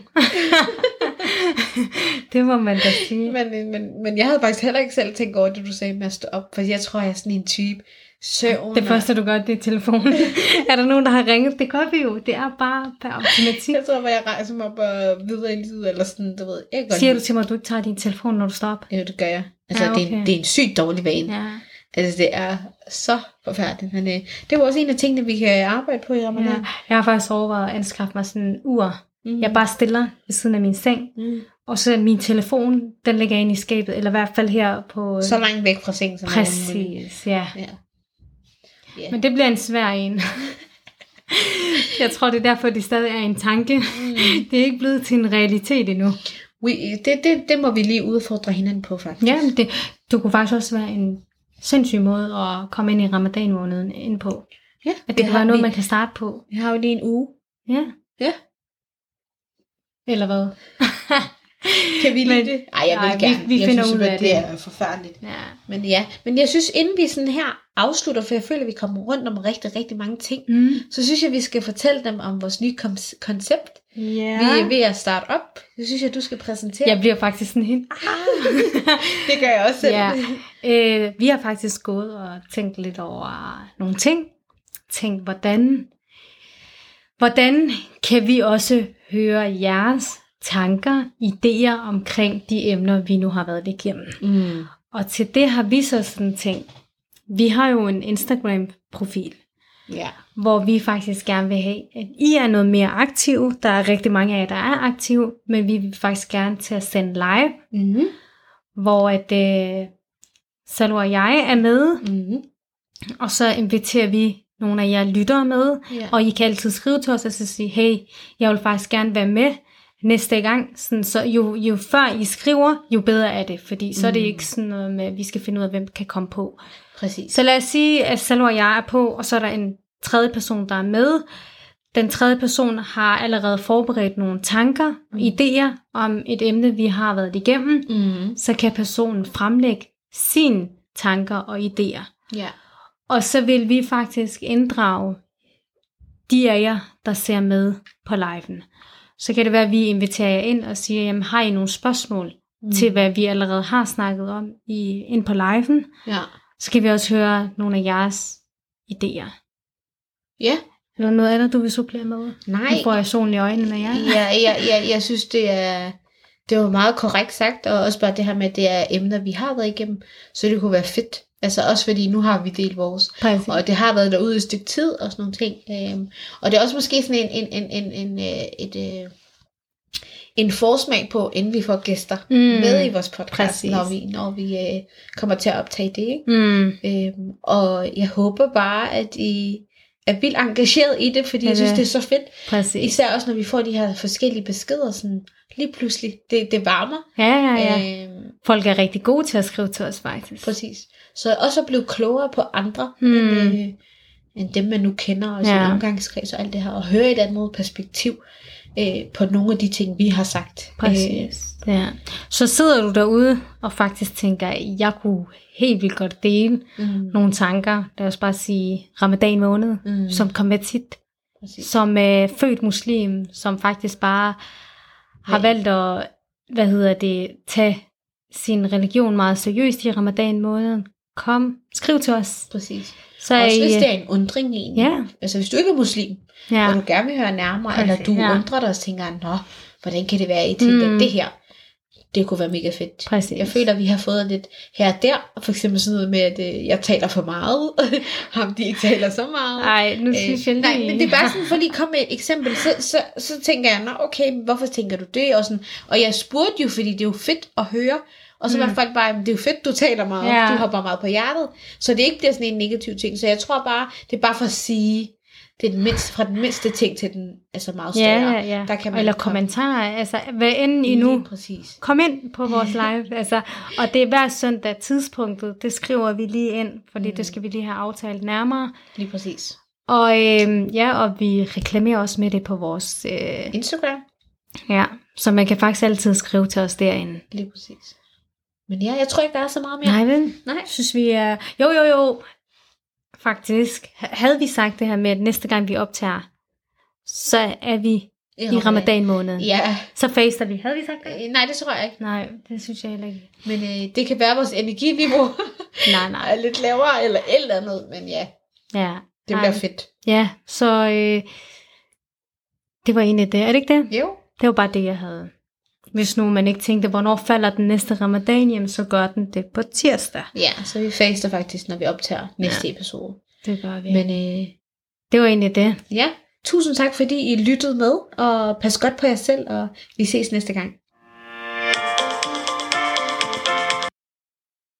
Det må man da sige. Men, men, men jeg havde faktisk heller ikke selv tænkt over det, du sagde med at stå op, for jeg tror, jeg er sådan en type søvn. Det første, du gør, det er telefonen. Er der nogen, der har ringet? Det gør vi jo. Det er bare per automatik. Jeg tror, at jeg rejser mig op og videre i livet, eller sådan, du ved. Jeg kan godt Siger du lide- til mig, at du ikke tager din telefon, når du står op? Jo, det gør jeg. Altså, Ja, ja, okay. det, er okay. en, det er en sygt dårlig vane. Ja. Ja. Altså, det er så forfærdeligt. Men øh, det er jo også en af tingene, vi kan arbejde på i Ramadan. Ja. Jeg har faktisk overvejet at anskaffe mig sådan en ur. Mm. Jeg bare stiller ved siden af min seng. Mm. Og så min telefon, den ligger inde i skabet. Eller i hvert fald her på... Så langt væk fra sengen, som overhovedet muligt. Præcis, ja. Ja. Ja. Men det bliver en svær en. Jeg tror, det er derfor, det stadig er en tanke. Mm. Det er ikke blevet til en realitet endnu. We, det, det, det må vi lige udfordre hinanden på, faktisk. Ja, men det, du kunne faktisk også være en sindssyg måde at komme ind i ramadanmåneden ind på. Ja, At vi det kan har være noget, lige- man kan starte på. Vi har jo lige en uge. Ja. Ja. Eller hvad? Kan vi lide Men- det? Ej, jeg vil Nej, vi- gerne. vi jeg finder synes, ud at af det. det. er forfærdeligt. Ja. Men ja, men jeg synes, inden vi sådan her afslutter, for jeg føler, at vi kommer rundt om rigtig, rigtig mange ting, Mm. så synes jeg, at vi skal fortælle dem om vores nye kom- koncept. Ja. Vi er ved at starte op. Det synes jeg, du skal præsentere. Jeg bliver faktisk sådan helt... Det gør jeg også selv. Ja. Øh, vi har faktisk gået og tænkt lidt over nogle ting. Tænkt, hvordan, hvordan kan vi også høre jeres tanker, idéer omkring de emner, vi nu har været igennem. Mm. Og til det har vi så sådan tænkt, vi har jo en Instagram-profil, Ja. hvor vi faktisk gerne vil have, at I er noget mere aktive. Der er rigtig mange af jer, der er aktive, men vi vil faktisk gerne til at sende live, Mm-hmm. hvor at øh, Salo og jeg er med, Mm-hmm. og så inviterer vi nogle af jer lyttere med, Ja. og I kan altid skrive til os og så sige, hey, jeg vil faktisk gerne være med næste gang. Sådan, så jo, jo før I skriver, jo bedre er det, fordi så er det Mm. ikke sådan noget med, at vi skal finde ud af, hvem kan komme på. Præcis. Så lad os sige, at Salo og jeg er på, og så er der en tredje person, der er med. Den tredje person har allerede forberedt nogle tanker, mm. idéer om et emne, vi har været igennem. Mm-hmm. Så kan personen fremlægge sine tanker og idéer. Ja. Og så vil vi faktisk inddrage de af jer, der ser med på liven. Så kan det være, at vi inviterer jer ind og siger, jamen har I nogle spørgsmål mm. til, hvad vi allerede har snakket om i, ind på liven? Ja. Så kan vi også høre nogle af jeres idéer. Ja. Er der noget andet, du vil supplere med? Nej. Nu får jeg solen i øjnene af jer. Ja, ja, ja, jeg synes, det er, det var meget korrekt sagt, og også bare det her med, at det er emner, vi har været igennem, så det kunne være fedt. Altså også fordi, nu har vi delt vores, Præcis. og det har været derude et stykke tid, og sådan nogle ting. Øhm, og det er også måske sådan en, en, en, en, en, øh, et, øh, en forsmag på, inden vi får gæster Mm. med i vores podcast, Præcis. når vi, når vi øh, kommer til at optage det. Ikke? Mm. Øhm, og jeg håber bare, at I er vildt engageret i det, fordi Ja, jeg synes, det- det er så fedt. Præcis. Især også, når vi får de her forskellige beskeder, sådan lige pludselig, det, det varmer. Ja, ja, ja. Øhm, Folk er rigtig gode til at skrive til os, faktisk. præcis. Så også at blive klogere på andre, Mm. end, øh, end dem, man nu kender, og sin Ja. omgangskreds og alt det her, og høre et andet perspektiv øh, på nogle af de ting, vi har sagt. Præcis. Ja. Så sidder du derude og faktisk tænker, at jeg kunne helt vildt godt dele Øh, mm, nogle tanker. Lad os bare sige Ramadan måned, Mm. som konvertit, præcis. som er født muslim, som faktisk bare har Ja. valgt at, hvad hedder det, tage sin religion meget seriøst i Ramadan måneden. Kom, skriv til os. Præcis. Så er Også I, hvis det er en undring egentlig. Ja. Altså hvis du ikke er muslim, ja. og du gerne vil høre nærmere, Præcis, eller du ja. undrer dig og tænker, nå, hvordan kan det være, I tænker Mm. det her? Det kunne være mega fedt. Præcis. Jeg føler, at vi har fået lidt her og der, for eksempel sådan noget med, at øh, jeg taler for meget, ham de ikke taler så meget. Ej, nu synes jeg lige... Nej, men det er bare sådan, for lige at komme med et eksempel, så, så, så tænker jeg, nå okay, men hvorfor tænker du det? Og, sådan, og jeg spurgte jo, fordi det er jo fedt at høre, og så Mm. var folk bare, det er jo fedt, du taler meget, Ja. du har bare meget på hjertet, så det ikke bliver sådan en negativ ting. Så jeg tror bare, det er bare for at sige, det er den mindste, fra den mindste ting til den altså meget større. Ja, ja, ja. Der kan man Eller komme- kommentarer. Altså, hvad end I nu... Lige præcis. Kom ind på vores live, altså, og det er hver søndag tidspunktet, det skriver vi lige ind, fordi mm. det skal vi lige have aftalt nærmere. Lige præcis. Og øh, ja, og vi reklamerer også med det på vores, øh, Instagram. ja, så man kan faktisk altid skrive til os derinde. Lige præcis. Men ja, jeg tror ikke, der er så meget mere. Nej, vel? Nej. Synes vi er, jo jo jo, faktisk, havde vi sagt det her med, at næste gang vi optager, så er vi i ramadan måneden. Ja. Så faster vi. Havde vi sagt det? Øh, Nej, det tror jeg ikke. Nej, det synes jeg heller ikke. Men øh, det kan være, at vores energiniveau Nej, nej. er lidt lavere, eller et eller andet. Men ja, Ja, det nej. bliver fedt. Ja, så øh, det var egentlig det. Er det ikke det? Jo. Det var bare det, jeg havde. Hvis nu man ikke tænkte, hvornår falder den næste ramadan, jamen så gør den det på tirsdag. Ja, så vi faster faktisk, når vi optager næste Ja. episode. Det gør vi. Men øh, Det var egentlig det. ja, tusind tak, fordi I lyttede med. Og pas godt på jer selv, og vi ses næste gang.